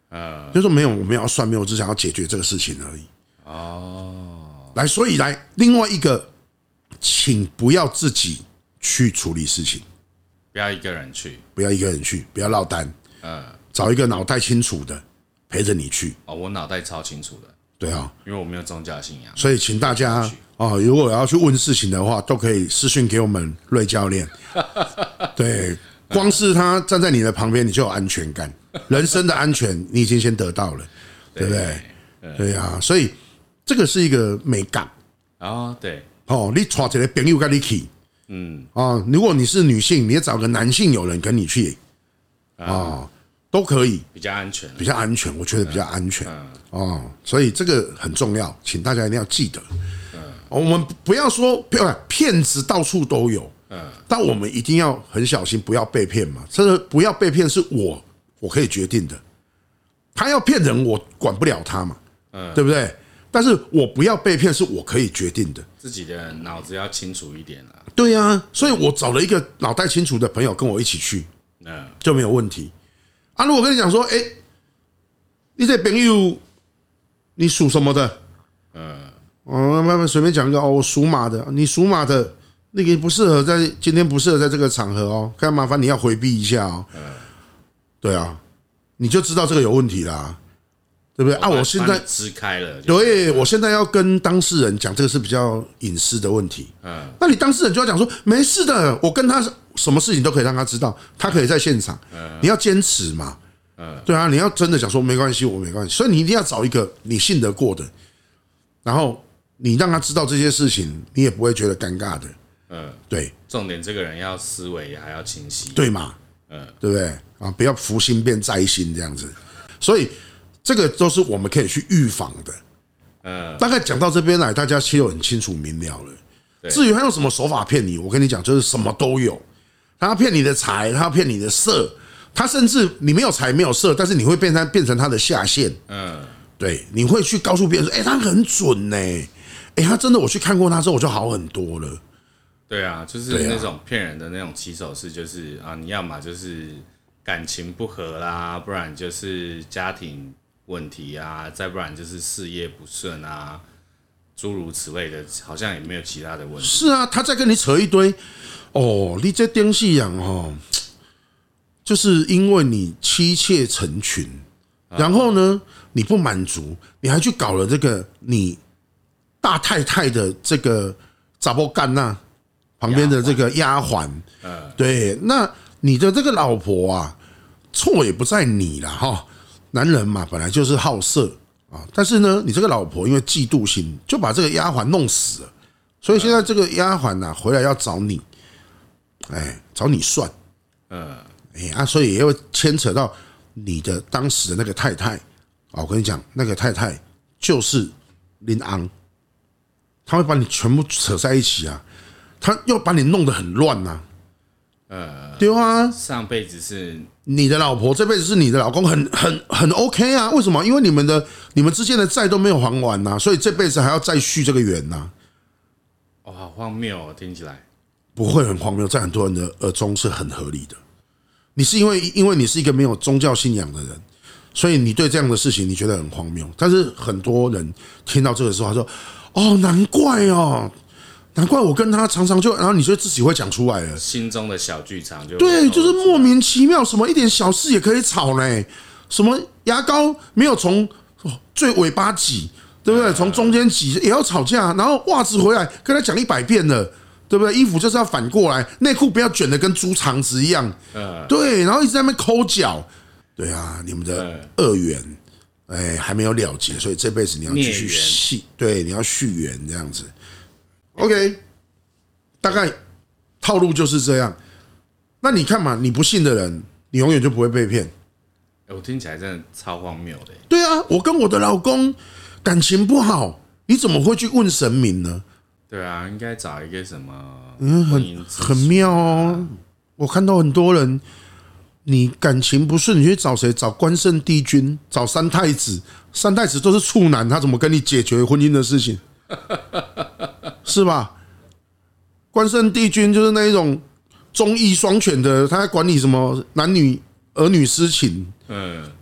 Speaker 2: 呃，
Speaker 1: 就说没有，我们要算命，我只想要解决这个事情而已。
Speaker 2: 哦，
Speaker 1: 来，所以来另外一个，请不要自己去处理事情，
Speaker 2: 不要一个人去，
Speaker 1: 不要一个人去，不要落单，
Speaker 2: 呃，
Speaker 1: 找一个脑袋清楚的陪着你去。
Speaker 2: 哦，我脑袋超清楚的，
Speaker 1: 对啊，
Speaker 2: 因为我没有宗教信仰，
Speaker 1: 所以请大家哦，如果要去问事情的话，都可以私讯给我们瑞教练。对，光是他站在你的旁边，你就有安全感，人生的安全你已经先得到了，对不对？对啊，所以这个是一个美感。
Speaker 2: 哦，对，
Speaker 1: 哦，你找一个朋友跟你去，
Speaker 2: 嗯，
Speaker 1: 啊，如果你是女性，你也找个男性友人跟你去，啊，都可以，
Speaker 2: 比较安全，
Speaker 1: 比较安全，我觉得比较安全。哦，所以这个很重要，请大家一定要记得。我们不要说骗子到处都有，但我们一定要很小心，不要被骗嘛。这个不要被骗是我我可以决定的，他要骗人我管不了他嘛，对不对？但是我不要被骗是我可以决定的，
Speaker 2: 自己的脑子要清楚一点啦。
Speaker 1: 对啊，所以我找了一个脑袋清楚的朋友跟我一起去，就没有问题。啊，如果跟你讲说，哎，你这朋友你属什么的？嗯。哦，慢慢随便讲一个哦，我属马的，你属马的，那个不适合在今天不适合在这个场合哦，看麻烦你要回避一下哦。对啊，你就知道这个有问题啦，对不对？啊，我现在
Speaker 2: 支开了，
Speaker 1: 对，我现在要跟当事人讲，这个是比较隐私的问题。嗯，那你当事人就要讲说，没事的，我跟他什么事情都可以让他知道，他可以在现场。你要坚持嘛。对啊，你要真的讲说没关系，我没关系，所以你一定要找一个你信得过的，然后。你让他知道这些事情，你也不会觉得尴尬的。嗯，对。
Speaker 2: 重点，这个人要思维还要清晰，
Speaker 1: 对嘛？嗯，对不对啊？不要福心变灾心这样子。所以这个都是我们可以去预防的。嗯，大概讲到这边来，大家其实就很清楚明了了。至于他用什么手法骗你，我跟你讲，就是什么都有。他要骗你的财，他要骗你的色，他甚至你没有财没有色，但是你会变成变成他的下线。嗯，对，你会去告诉别人说：“哎，他很准呢。”哎，他真的，我去看过他之后，我就好很多了。
Speaker 2: 对啊，就是那种骗人的那种起手式，就是啊，你要么就是感情不和啦，不然就是家庭问题啊，再不然就是事业不顺啊，诸如此类的，好像也没有其他的问题。
Speaker 1: 是啊，他在跟你扯一堆哦，你这东西样哦，就是因为你妻妾成群，然后呢，你不满足，你还去搞了这个你。大太太的这个查某干呐，旁边的这个丫鬟，对，那你的这个老婆啊，错也不在你啦哈，男人嘛本来就是好色啊，但是呢，你这个老婆因为嫉妒心，就把这个丫鬟弄死了，所以现在这个丫鬟呐回来要找你，哎，找你算，嗯，哎啊，所以也会牵扯到你的当时的那个太太啊，我跟你讲，那个太太就是林昂。他会把你全部扯在一起啊，他要把你弄得很乱呐、啊，呃，对啊，
Speaker 2: 上辈子是
Speaker 1: 你的老婆，这辈子是你的老公，很很很 OK 啊？为什么？因为你们的你们之间的债都没有还完呐、啊，所以这辈子还要再续这个缘呐、啊。
Speaker 2: 哦，好荒谬哦，听起来
Speaker 1: 不会很荒谬，在很多人的耳中是很合理的。你是因为因为你是一个没有宗教信仰的人，所以你对这样的事情你觉得很荒谬，但是很多人听到这个时候，他说。哦，难怪哦，难怪我跟他常常就，然后你就自己会讲出来了，
Speaker 2: 心中的小剧场就
Speaker 1: 对，就是莫名其妙，什么一点小事也可以吵呢？什么牙膏没有从最尾巴挤，对不对？从中间挤也要吵架，然后袜子回来跟他讲一百遍了，对不对？衣服就是要反过来，内裤不要卷的跟猪肠子一样，对，然后一直在那边抠脚，对啊，你们的恶缘。哎，还没有了结，所以这辈子你要继续续，对，你要续缘这样子。OK， 大概套路就是这样。那你看嘛，你不信的人，你永远就不会被骗。
Speaker 2: 我听起来真的超荒谬的。
Speaker 1: 对啊，我跟我的老公感情不好，你怎么会去问神明呢？
Speaker 2: 对啊，应该找一个什么
Speaker 1: 嗯，很很妙哦。我看到很多人。你感情不顺，你去找谁？找关圣帝君，找三太子。三太子都是处男，他怎么跟你解决婚姻的事情？是吧？关圣帝君就是那一种忠义双全的，他在管你什么男女儿女私情。嗯，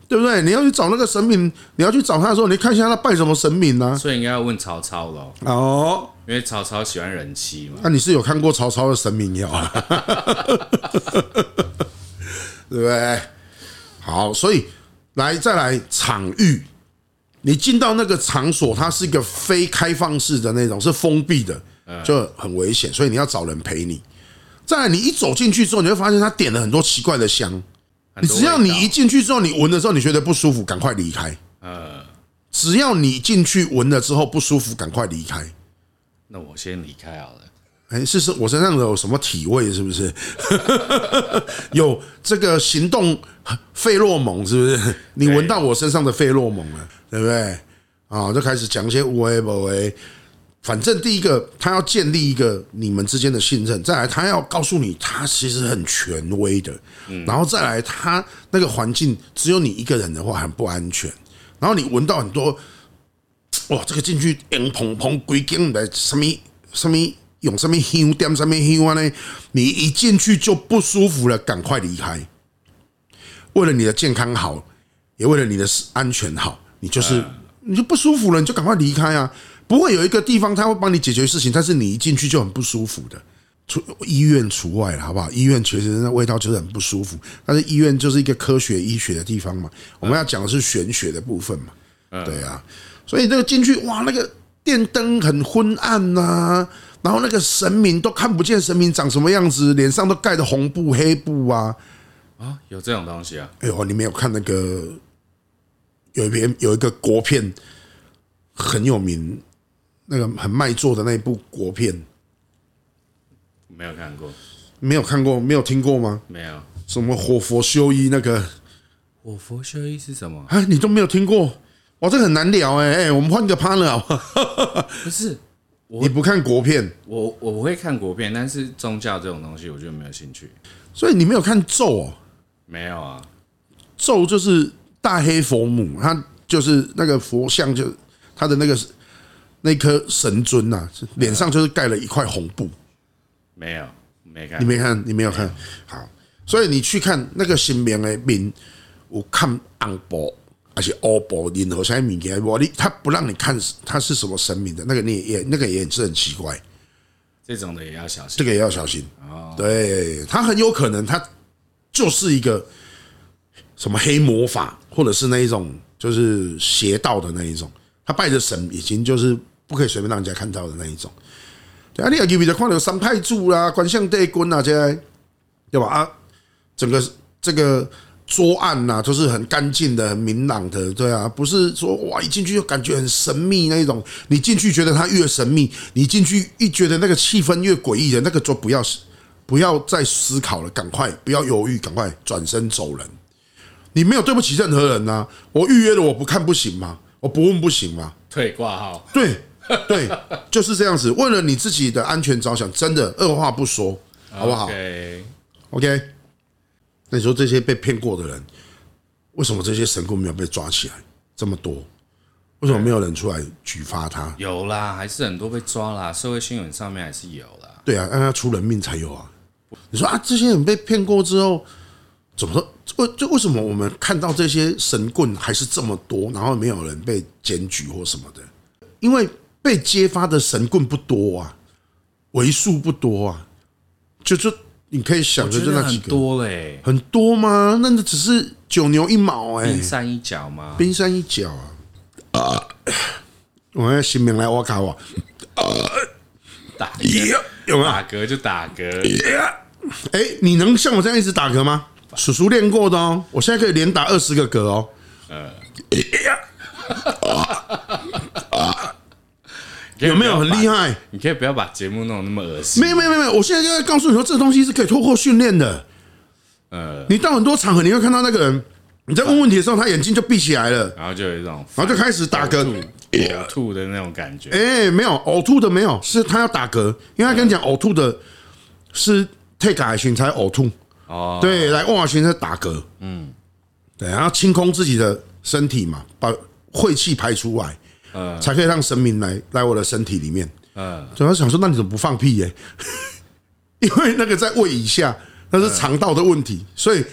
Speaker 1: 对不对？你要去找那个神明，你要去找他的时候，你看一下他拜什么神明啊？
Speaker 2: 所以应该要问曹操咯。
Speaker 1: 哦，
Speaker 2: 因为曹操喜欢人妻嘛。
Speaker 1: 那、啊、你是有看过曹操的神明药啊？对不对？好，所以来再来场域，你进到那个场所，它是一个非开放式的那种，是封闭的，就很危险，所以你要找人陪你。再来，你一走进去之后，你会发现他点了很多奇怪的香。你只要你一进去之后，你闻的时候你觉得不舒服，赶快离开。呃，只要你进去闻了之后不舒服，赶快离开。
Speaker 2: 那我先离开好了。
Speaker 1: 哎，是是，我身上有什么体味？是不是？有这个行动费洛蒙，是不是？你闻到我身上的费洛蒙了，对不对？啊，就开始讲一些无为不为。反正第一个，他要建立一个你们之间的信任；再来，他要告诉你他其实很权威的；然后再来，他那个环境只有你一个人的话很不安全。然后你闻到很多，哇，这个进去烟蓬蓬规间的什么什么用什么香点什么香啊呢？你一进去就不舒服了，赶快离开。为了你的健康好，也为了你的安全好，你就是你就不舒服了，你就赶快离开啊！不会有一个地方他会帮你解决事情，但是你一进去就很不舒服的。除医院除外了，好不好？医院其实那味道就是很不舒服，但是医院就是一个科学医学的地方嘛。我们要讲的是玄学的部分嘛，对啊。所以那个进去，哇，那个电灯很昏暗呐、啊，然后那个神明都看不见神明长什么样子，脸上都盖着红布黑布啊。
Speaker 2: 啊，有这种东西啊？
Speaker 1: 哎呦，你没有看那个有一篇有一个国片很有名。那个很卖座的那一部国片，
Speaker 2: 没有看过，
Speaker 1: 没有看过，没有听过吗？
Speaker 2: 没有。
Speaker 1: 什么火佛修一那个？
Speaker 2: 火佛修一是什么？
Speaker 1: 啊，你都没有听过？哇，这个很难聊哎、欸、哎、欸，我们换个 partner 好不好？
Speaker 2: 不是，
Speaker 1: 你不看国片？
Speaker 2: 我我会看国片，但是宗教这种东西我就没有兴趣。
Speaker 1: 所以你没有看咒哦？
Speaker 2: 没有啊，
Speaker 1: 咒就是大黑佛母，他就是那个佛像，就他的那个。那颗神尊呐、啊，脸上就是盖了一块红布。
Speaker 2: 没有，没看。
Speaker 1: 你没看，你没有看。好，所以你去看那个神明的面，有看红布还是黑布，任何啥物件，我你他不让你看他是什么神明的，那个你也那个也是很奇怪。
Speaker 2: 这种的也要小心，
Speaker 1: 这个也要小心。哦，对，他很有可能他就是一个什么黑魔法，或者是那一种就是邪道的那一种。他拜的神已经就是不可以随便让人家看到的那一种。对啊，你也记得看到三太子啦、关相帝君啊这些，对吧？啊，整个这个桌案呐、啊，都是很干净的、很明朗的，对啊，不是说哇一进去就感觉很神秘那一种。你进去觉得它越神秘，你进去一觉得那个气氛越诡异的，那个就不要不要再思考了，赶快不要犹豫，赶快转身走人。你没有对不起任何人呐、啊，我预约了我不看不行吗？我不问不行吗？
Speaker 2: 退挂号。对
Speaker 1: 对，就是这样子。为了你自己的安全着想，真的二话不说，好不好
Speaker 2: ？OK
Speaker 1: OK。那你说这些被骗过的人，为什么这些神棍没有被抓起来？这么多，为什么没有人出来举发他？
Speaker 2: 有啦，还是很多被抓啦，社会新闻上面还是有啦。
Speaker 1: 对啊，让他出人命才有啊。你说啊，这些人被骗过之后，怎么说？为就为什么我们看到这些神棍还是这么多，然后没有人被检举或什么的？因为被揭发的神棍不多啊，为数不多啊。就就你可以想着就那几个，
Speaker 2: 很多嘞，
Speaker 1: 很多吗？那只是九牛一毛哎、欸，
Speaker 2: 冰山一角吗？
Speaker 1: 冰山一角啊！啊，我要新名来我卡我，
Speaker 2: 打
Speaker 1: 有没有
Speaker 2: 打嗝就打嗝？
Speaker 1: 哎、欸，你能像我这样一直打嗝吗？叔叔练过的哦，我现在可以连打二十个嗝哦。呃，有没有很厉害？
Speaker 2: 你可以不要把节目弄得那么恶心。
Speaker 1: 没有没有没有，我现在就在告诉你说，这个东西是可以透过训练的。呃，你到很多场合，你会看到那个人，你在问问题的时候，他眼睛就闭起来了，
Speaker 2: 然后就有一种，
Speaker 1: 然后就开始打嗝、
Speaker 2: 呕吐的那种感觉。
Speaker 1: 哎、欸，没有呕吐的没有，是他要打嗝，因为他跟你讲呕吐的是退改群才呕吐。哦，对，来万华群才打嗝，嗯，对，然后清空自己的身体嘛，把晦气排出来，嗯，才可以让神明来来我的身体里面，嗯，所以他想说，那你怎么不放屁耶、欸？因为那个在胃以下，那是肠道的问题，所以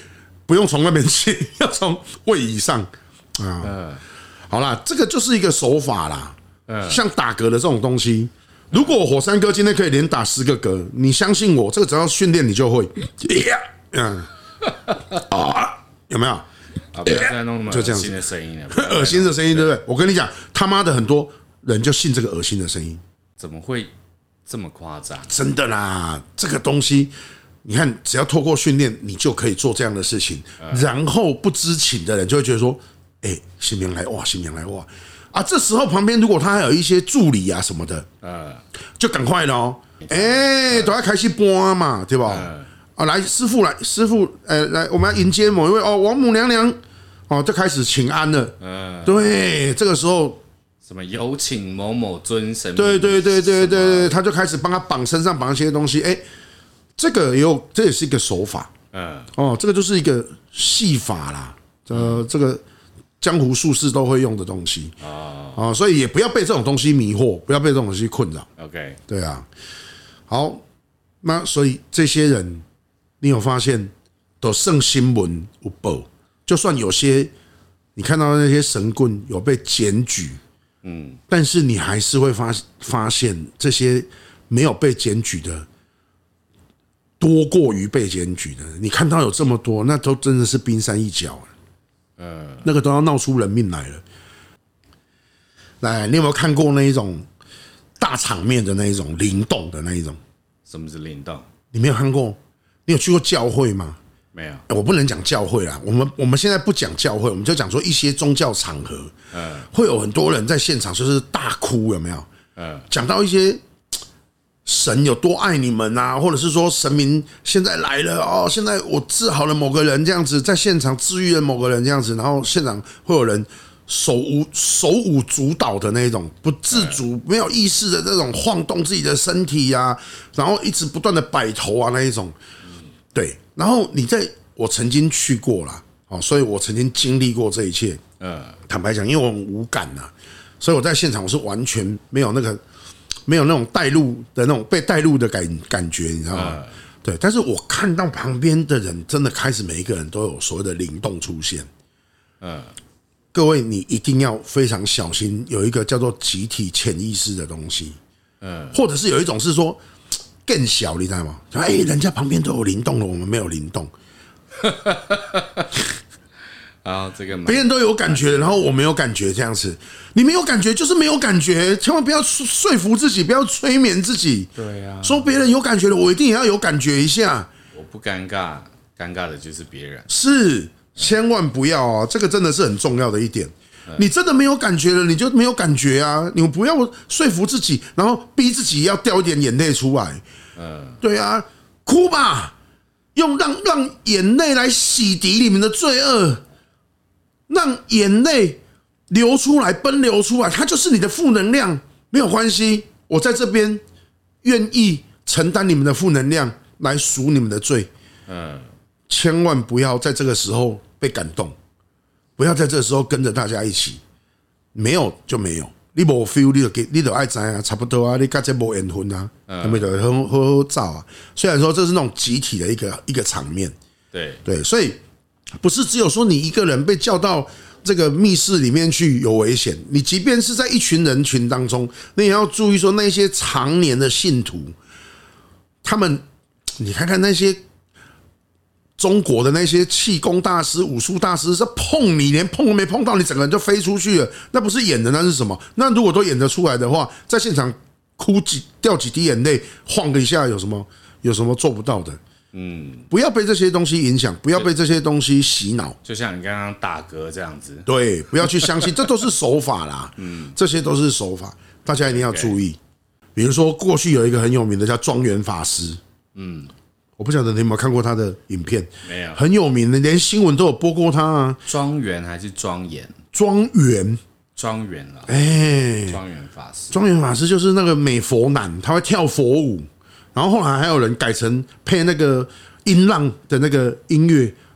Speaker 1: 不用从那边切，要从胃以上啊。
Speaker 2: 嗯，
Speaker 1: 好啦，这个就是一个手法啦。
Speaker 2: 嗯，
Speaker 1: 像打嗝的这种东西，如果火山哥今天可以连打十个嗝，你相信我，这个只要训练你就会。嗯，啊，有没有？
Speaker 2: 啊，不要再弄那么恶心的声音了，
Speaker 1: 恶心的声音，对不对？我跟你讲，他妈的很多人就信这个恶心的声音，
Speaker 2: 怎么会这么夸张？
Speaker 1: 真的啦，这个东西，你看，只要透过训练，你就可以做这样的事情。然后不知情的人就会觉得说，哎，新娘来哇，新娘来哇啊！这时候旁边如果他还有一些助理啊什么的，就赶快了哦，哎，都要开始播嘛，对吧？啊，来，师傅来，师傅，呃，来，我们要迎接某一位哦，王母娘娘，哦，就开始请安了。嗯，对，这个时候
Speaker 2: 什么有请某某尊神明，
Speaker 1: 对对对对对，他就开始帮他绑身上绑一些东西，哎，这个也有，这也是一个手法。嗯，哦，这个就是一个戏法啦，呃，这个江湖术士都会用的东西。哦，哦，所以也不要被这种东西迷惑，不要被这种东西困扰。
Speaker 2: OK，
Speaker 1: 对啊，好，那所以这些人。你有发现，都剩新闻有报，就算有些你看到那些神棍有被检举，嗯，但是你还是会发发现这些没有被检举的多过于被检举的。你看到有这么多，那都真的是冰山一角，嗯，那个都要闹出人命来了。来，你有没有看过那一种大场面的那一种灵动的那一种？
Speaker 2: 什么是灵动？
Speaker 1: 你没有看过？你有去过教会吗？
Speaker 2: 没有，
Speaker 1: 我不能讲教会啦。我们我们现在不讲教会，我们就讲说一些宗教场合，嗯，会有很多人在现场就是大哭，有没有？嗯，讲到一些神有多爱你们啊，或者是说神明现在来了哦，现在我治好了某个人这样子，在现场治愈了某个人这样子，然后现场会有人手舞手舞足蹈的那种，不自主、没有意识的这种晃动自己的身体啊，然后一直不断的摆头啊那一种。对，然后你在我曾经去过啦，哦，所以我曾经经历过这一切。嗯，坦白讲，因为我很无感呐，所以我在现场我是完全没有那个没有那种带入的那种被带入的感感觉，你知道吗？对，但是我看到旁边的人真的开始每一个人都有所谓的灵动出现。嗯，各位你一定要非常小心，有一个叫做集体潜意识的东西。嗯，或者是有一种是说。更小，你知道吗？哎，人家旁边都有灵动了，我们没有灵动。
Speaker 2: 啊，这个
Speaker 1: 别人都有感觉，然后我没有感觉，这样子，你没有感觉就是没有感觉，千万不要说服自己，不要催眠自己。
Speaker 2: 对啊，
Speaker 1: 说别人有感觉了，我一定也要有感觉一下。
Speaker 2: 我不尴尬，尴尬的就是别人。
Speaker 1: 是，千万不要啊！这个真的是很重要的一点。你真的没有感觉了，你就没有感觉啊！你不要说服自己，然后逼自己要掉一点眼泪出来。嗯，对啊，哭吧，用让让眼泪来洗涤你们的罪恶，让眼泪流出来，奔流出来，它就是你的负能量，没有关系。我在这边愿意承担你们的负能量，来赎你们的罪。嗯，千万不要在这个时候被感动。不要在这时候跟着大家一起，没有就没有，你没 feel 你就给你就爱知啊，差不多啊，你跟这没缘分啊，那么就很好好照啊。虽然说这是那种集体的一个一个场面，
Speaker 2: 对
Speaker 1: 对，所以不是只有说你一个人被叫到这个密室里面去有危险，你即便是在一群人群当中，你也要注意说那些常年的信徒，他们你看看那些。中国的那些气功大师、武术大师，是碰你连碰都没碰到，你整个人就飞出去了。那不是演的，那是什么？那如果都演得出来的话，在现场哭几掉几滴眼泪，晃一下，有什么有什么做不到的？嗯，不要被这些东西影响，不要被这些东西洗脑。
Speaker 2: 就像你刚刚打嗝这样子，
Speaker 1: 对，不要去相信，这都是手法啦。嗯，这些都是手法，大家一定要注意。比如说，过去有一个很有名的叫庄严法师，嗯。我不晓得你有没有看过他的影片，
Speaker 2: 没有，
Speaker 1: 很有名的，连新闻都有播过他啊。
Speaker 2: 庄园还是庄严？
Speaker 1: 庄园，
Speaker 2: 庄园啦，
Speaker 1: 哎，
Speaker 2: 庄园法师，
Speaker 1: 庄园法师就是那个美佛男，他会跳佛舞，然后后来还有人改成配那个音浪的那个音乐，然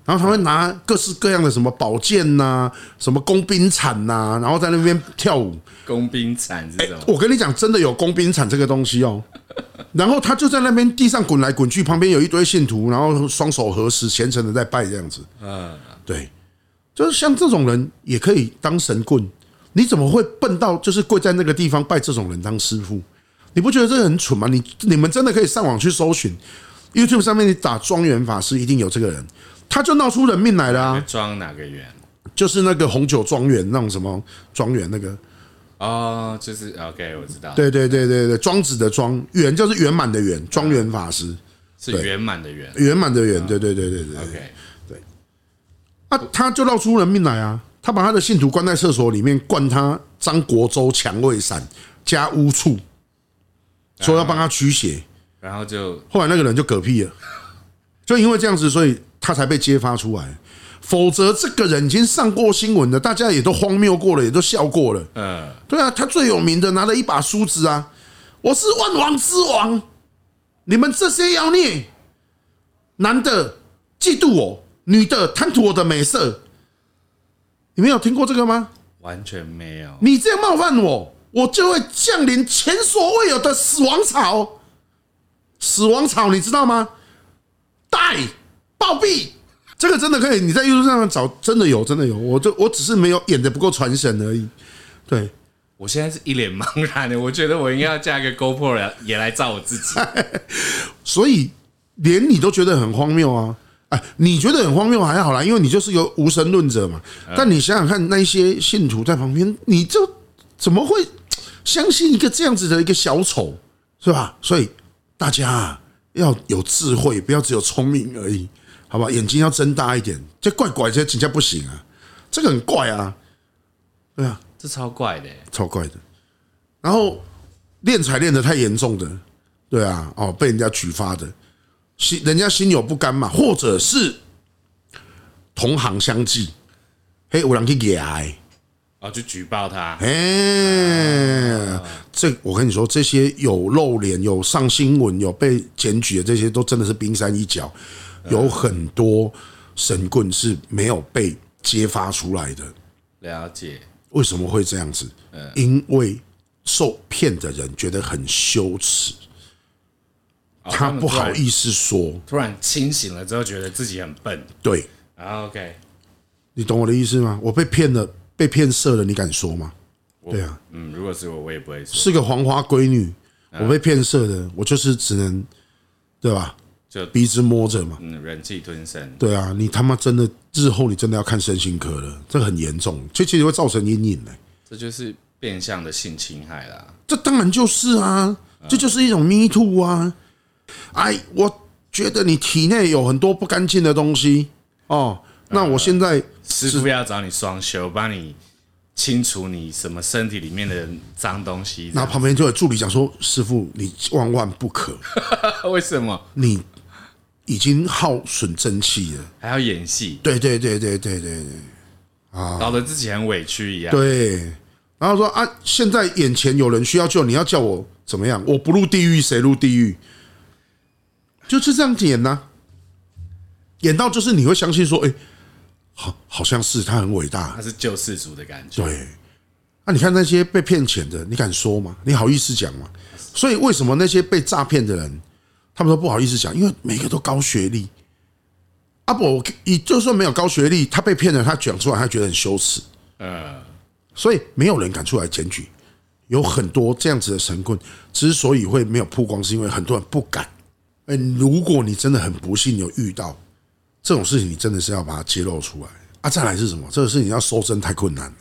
Speaker 1: 然后他会拿各式各样的什么宝剑呐、什么工兵铲呐，然后在那边跳舞。
Speaker 2: 工兵铲是什么？
Speaker 1: 我跟你讲，真的有工兵铲这个东西哦。然后他就在那边地上滚来滚去，旁边有一堆信徒，然后双手合十，虔诚的在拜这样子。嗯，对，就是像这种人也可以当神棍。你怎么会笨到就是跪在那个地方拜这种人当师傅？你不觉得这个很蠢吗？你你们真的可以上网去搜寻 YouTube 上面，你打庄园法师，一定有这个人，他就闹出人命来了啊！
Speaker 2: 庄哪个园？
Speaker 1: 就是那个红酒庄园那种什么庄园那个。
Speaker 2: 哦，就是 OK， 我知道。
Speaker 1: 对对对对对，庄子的庄，圆就是圆满的圆，庄园法师
Speaker 2: 是圆满的圆，
Speaker 1: 圆满的圆，对对对对对
Speaker 2: OK，
Speaker 1: 对。啊，他就闹出人命来啊！他把他的信徒关在厕所里面，灌他张国周蔷薇散加乌醋，说要帮他驱邪，
Speaker 2: 然后就
Speaker 1: 后来那个人就嗝屁了，就因为这样子，所以他才被揭发出来。否则这个人已经上过新闻了，大家也都荒谬过了，也都笑过了。嗯，对啊，他最有名的拿了一把梳子啊，我是万王之王，你们这些妖孽，男的嫉妒我，女的贪图我的美色，你们有听过这个吗？
Speaker 2: 完全没有。
Speaker 1: 你这样冒犯我，我就会降临前所未有的死亡草。死亡草你知道吗？带暴毙。这个真的可以，你在 YouTube 上找，真的有，真的有。我就我只是没有演的不够传神而已。对，
Speaker 2: 我现在是一脸茫然的，我觉得我应该要加一个 GoPro 也来照我自己。
Speaker 1: 所以连你都觉得很荒谬啊！哎，你觉得很荒谬还好啦，因为你就是个无神论者嘛。但你想想看，那些信徒在旁边，你就怎么会相信一个这样子的一个小丑，是吧？所以大家啊要有智慧，不要只有聪明而已。好吧，眼睛要睁大一点，这怪怪，这真的不行啊，这个很怪啊，对啊，
Speaker 2: 这超怪的，
Speaker 1: 超怪的。然后练财练得太严重的，对啊，哦，被人家举发的，心人家心有不甘嘛，或者是同行相忌，嘿，有人去压的，
Speaker 2: 哦，就举报他，
Speaker 1: 哎，这我跟你说，这些有露脸、有上新闻、有被检举的，这些都真的是冰山一角。有很多神棍是没有被揭发出来的。
Speaker 2: 了解
Speaker 1: 为什么会这样子？因为受骗的人觉得很羞耻，他不好意思说。
Speaker 2: 突然清醒了之后，觉得自己很笨。
Speaker 1: 对
Speaker 2: 啊 ，OK，
Speaker 1: 你懂我的意思吗？我被骗了，被骗色了，你敢说吗？对啊，
Speaker 2: 嗯，如果是我，我也不会说。
Speaker 1: 是个黄花闺女，我被骗色的，我就是只能，对吧？
Speaker 2: 就
Speaker 1: 鼻子摸着嘛，
Speaker 2: 嗯，忍气吞声。
Speaker 1: 对啊，你他妈真的日后你真的要看身心科了，这很严重，这其实会造成阴影的。
Speaker 2: 这就是变相的性侵害啦。
Speaker 1: 这当然就是啊，这就是一种 me too 啊。哎，我觉得你体内有很多不干净的东西哦，那我现在
Speaker 2: 师傅要找你双修，帮你清除你什么身体里面的脏东西。
Speaker 1: 然后旁边就有助理讲说：“师傅，你万万不可。”
Speaker 2: 为什么？
Speaker 1: 你已经耗损真气了，
Speaker 2: 还要演戏？
Speaker 1: 对对对对对对对，
Speaker 2: 啊，搞得自己很委屈一样。
Speaker 1: 对，然后说啊，现在眼前有人需要救，你要叫我怎么样？我不入地狱，谁入地狱？就是这样演呐、啊，演到就是你会相信说，哎、欸，好，好像是他很伟大，
Speaker 2: 他是救世主的感觉。
Speaker 1: 对，那、啊、你看那些被骗钱的，你敢说吗？你好意思讲吗？所以为什么那些被诈骗的人？他们都不好意思讲，因为每个都高学历。啊不，你就算没有高学历，他被骗了，他讲出来，他觉得很羞耻。嗯，所以没有人敢出来检举。有很多这样子的神棍，之所以会没有曝光，是因为很多人不敢。哎，如果你真的很不幸有遇到这种事情，你真的是要把它揭露出来啊！再来是什么？这个事情要搜证太困难了。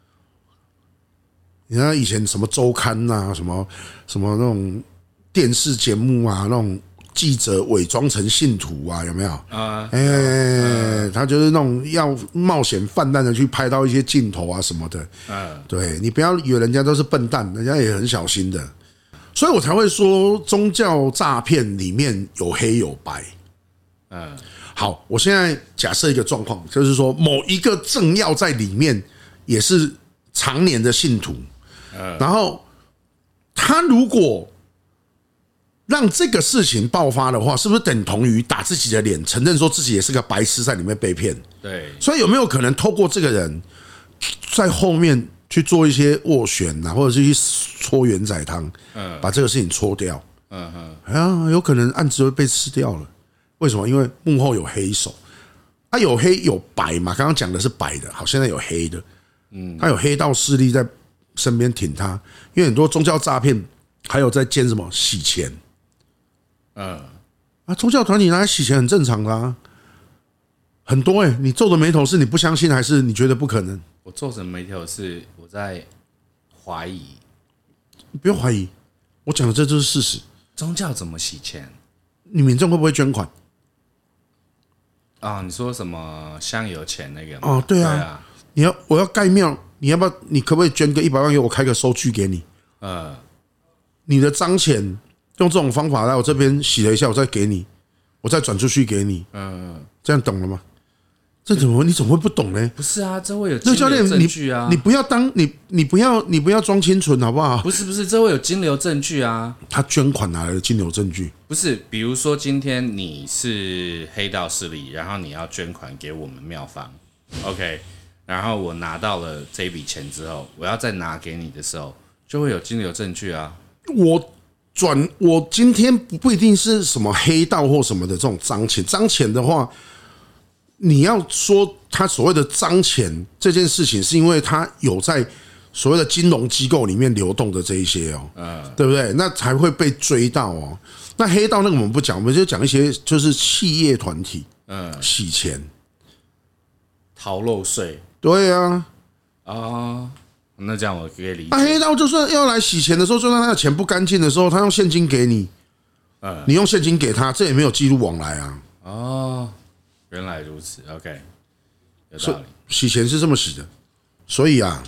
Speaker 1: 你看以前什么周刊呐、啊，什么什么那种电视节目啊，那种。记者伪装成信徒啊，有没有？啊，哎，他就是那种要冒险泛滥的去拍到一些镜头啊什么的。嗯，对你不要以为人家都是笨蛋，人家也很小心的。所以我才会说，宗教诈骗里面有黑有白。嗯，好，我现在假设一个状况，就是说某一个政要在里面也是常年的信徒，然后他如果让这个事情爆发的话，是不是等同于打自己的脸，承认说自己也是个白痴，在里面被骗？
Speaker 2: 对，
Speaker 1: 所以有没有可能透过这个人，在后面去做一些斡旋啊，或者是去搓圆仔汤，把这个事情搓掉？嗯嗯，哎呀，有可能案子会被吃掉了。为什么？因为幕后有黑手，他有黑有白嘛。刚刚讲的是白的，好，现在有黑的，嗯，他有黑道势力在身边挺他，因为很多宗教诈骗还有在兼什么洗钱。嗯，啊，宗教团体拿来洗钱很正常的啊，很多哎、欸。你皱着眉头是你不相信，还是你觉得不可能？
Speaker 2: 我皱着眉头是我在怀疑。
Speaker 1: 你不用怀疑，我讲的这就是事实。
Speaker 2: 宗教怎么洗钱？
Speaker 1: 你民众会不会捐款？
Speaker 2: 啊、哦，你说什么香油钱那个吗？
Speaker 1: 哦，对啊，对啊，你要我要盖庙，你要不要？你可不可以捐个一百万给我，开个收据给你？呃，你的脏钱。用这种方法来我这边洗了一下，我再给你，我再转出去给你，嗯，这样懂了吗？这怎么你怎么会不懂呢？
Speaker 2: 不是啊，这会有金流证据啊！
Speaker 1: 你不要当你你不要你不要装清纯好不好？
Speaker 2: 不是不是，这会有金流证据啊！
Speaker 1: 他捐款哪来的金流证据？
Speaker 2: 不是，比如说今天你是黑道势力，然后你要捐款给我们庙方 ，OK， 然后我拿到了这一笔钱之后，我要再拿给你的时候，就会有金流证据啊！
Speaker 1: 我。转我今天不一定是什么黑道或什么的这种脏钱，脏钱的话，你要说他所谓的脏钱这件事情，是因为他有在所谓的金融机构里面流动的这一些哦，嗯，对不对？那才会被追到哦。那黑道那个我们不讲，我们就讲一些就是企业团体，嗯，洗钱、
Speaker 2: 逃漏税，
Speaker 1: 对啊，
Speaker 2: 啊。那这样我可以理解。
Speaker 1: 那黑道就算要来洗钱的时候，就算他的钱不干净的时候，他用现金给你，你用现金给他，这也没有记录往来啊。
Speaker 2: 哦，原来如此 ，OK， 有道理。
Speaker 1: 洗钱是这么洗的，所以啊，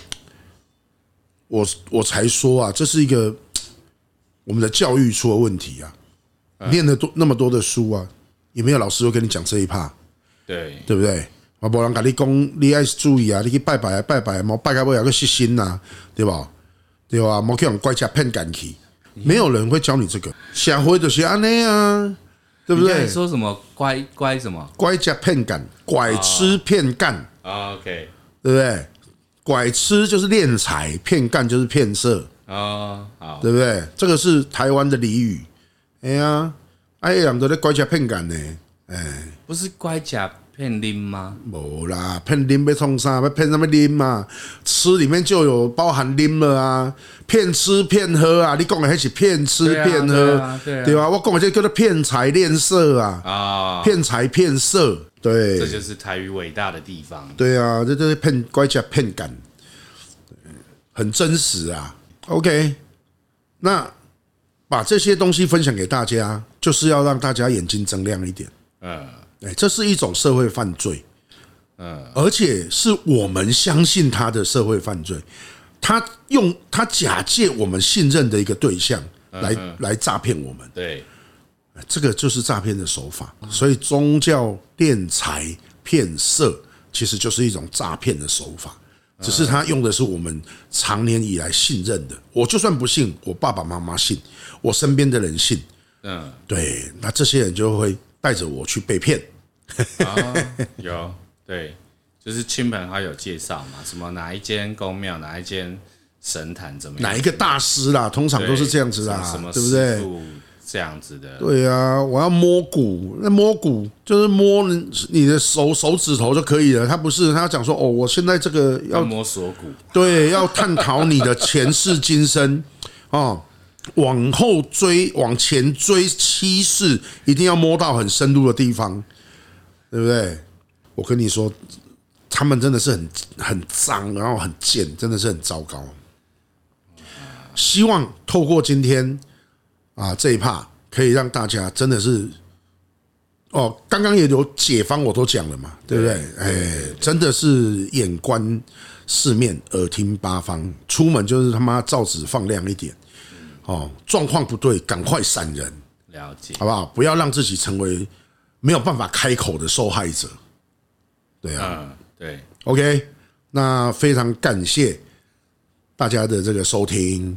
Speaker 1: 我我才说啊，这是一个我们的教育出了问题啊。念了多那么多的书啊，也没有老师会跟你讲这一趴，
Speaker 2: 对
Speaker 1: 对不对？啊，无人跟你讲，你要注意啊！你去拜拜拜拜，莫拜到尾有个失心呐，对吧？对吧？莫去用拐吃骗干去，没有人会教你这个。社会就是安尼啊，对不对？
Speaker 2: 你说什么乖乖什么？
Speaker 1: 拐吃骗干，拐吃骗干。
Speaker 2: 啊 ，OK，
Speaker 1: 对不对？拐吃就是敛财，骗干就是骗色。
Speaker 2: 哦，好，
Speaker 1: 对不对？这个是台湾的俚语。哎呀，哎呀，都在拐吃骗干呢。哎，
Speaker 2: 不是乖假。骗啉吗？
Speaker 1: 没啦，骗啉要冲啥？要骗什么啉嘛？吃里面就有包含啉了啊，骗吃骗喝啊！你讲的那是骗吃骗喝，对吧？我讲的这叫做骗财骗色啊！啊，骗财骗色，对，
Speaker 2: 这就是台语伟大的地方。
Speaker 1: 对啊，这就是骗乖假骗感，很真实啊。OK， 那把这些东西分享给大家，就是要让大家眼睛睁亮一点。嗯。这是一种社会犯罪，而且是我们相信他的社会犯罪，他用他假借我们信任的一个对象来来诈骗我们，
Speaker 2: 对，
Speaker 1: 这个就是诈骗的手法。所以宗教敛财骗色其实就是一种诈骗的手法，只是他用的是我们常年以来信任的。我就算不信，我爸爸妈妈信，我身边的人信，嗯，对，那这些人就会带着我去被骗。
Speaker 2: 啊，有，对，就是亲朋好友介绍嘛，什么哪一间宫庙，哪一间神坛怎么样，
Speaker 1: 哪一个大师啦，通常都是这样子啦，
Speaker 2: 什么
Speaker 1: 对不对？
Speaker 2: 这样子的，
Speaker 1: 对啊，我要摸骨，那摸骨就是摸你的手手指头就可以了。他不是，他要讲说哦，我现在这个要
Speaker 2: 摸锁骨，
Speaker 1: 对，要探讨你的前世今生哦。往后追，往前追七世，一定要摸到很深入的地方，对不对？我跟你说，他们真的是很很脏，然后很贱，真的是很糟糕。希望透过今天啊这一趴，可以让大家真的是哦，刚刚也有解方我都讲了嘛，对不对？哎，真的是眼观四面，耳听八方，出门就是他妈照纸放亮一点。哦，状况不对，赶快闪人，
Speaker 2: 了解，
Speaker 1: 好不好？不要让自己成为没有办法开口的受害者。对啊，
Speaker 2: 嗯，对
Speaker 1: ，OK， 那非常感谢大家的这个收听。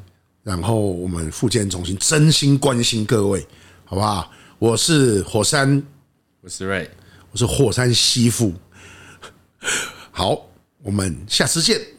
Speaker 1: 然后我们复健中心真心关心各位，好不好？我是火山，
Speaker 2: 我是瑞，
Speaker 1: 我是火山西父。好，我们下次见。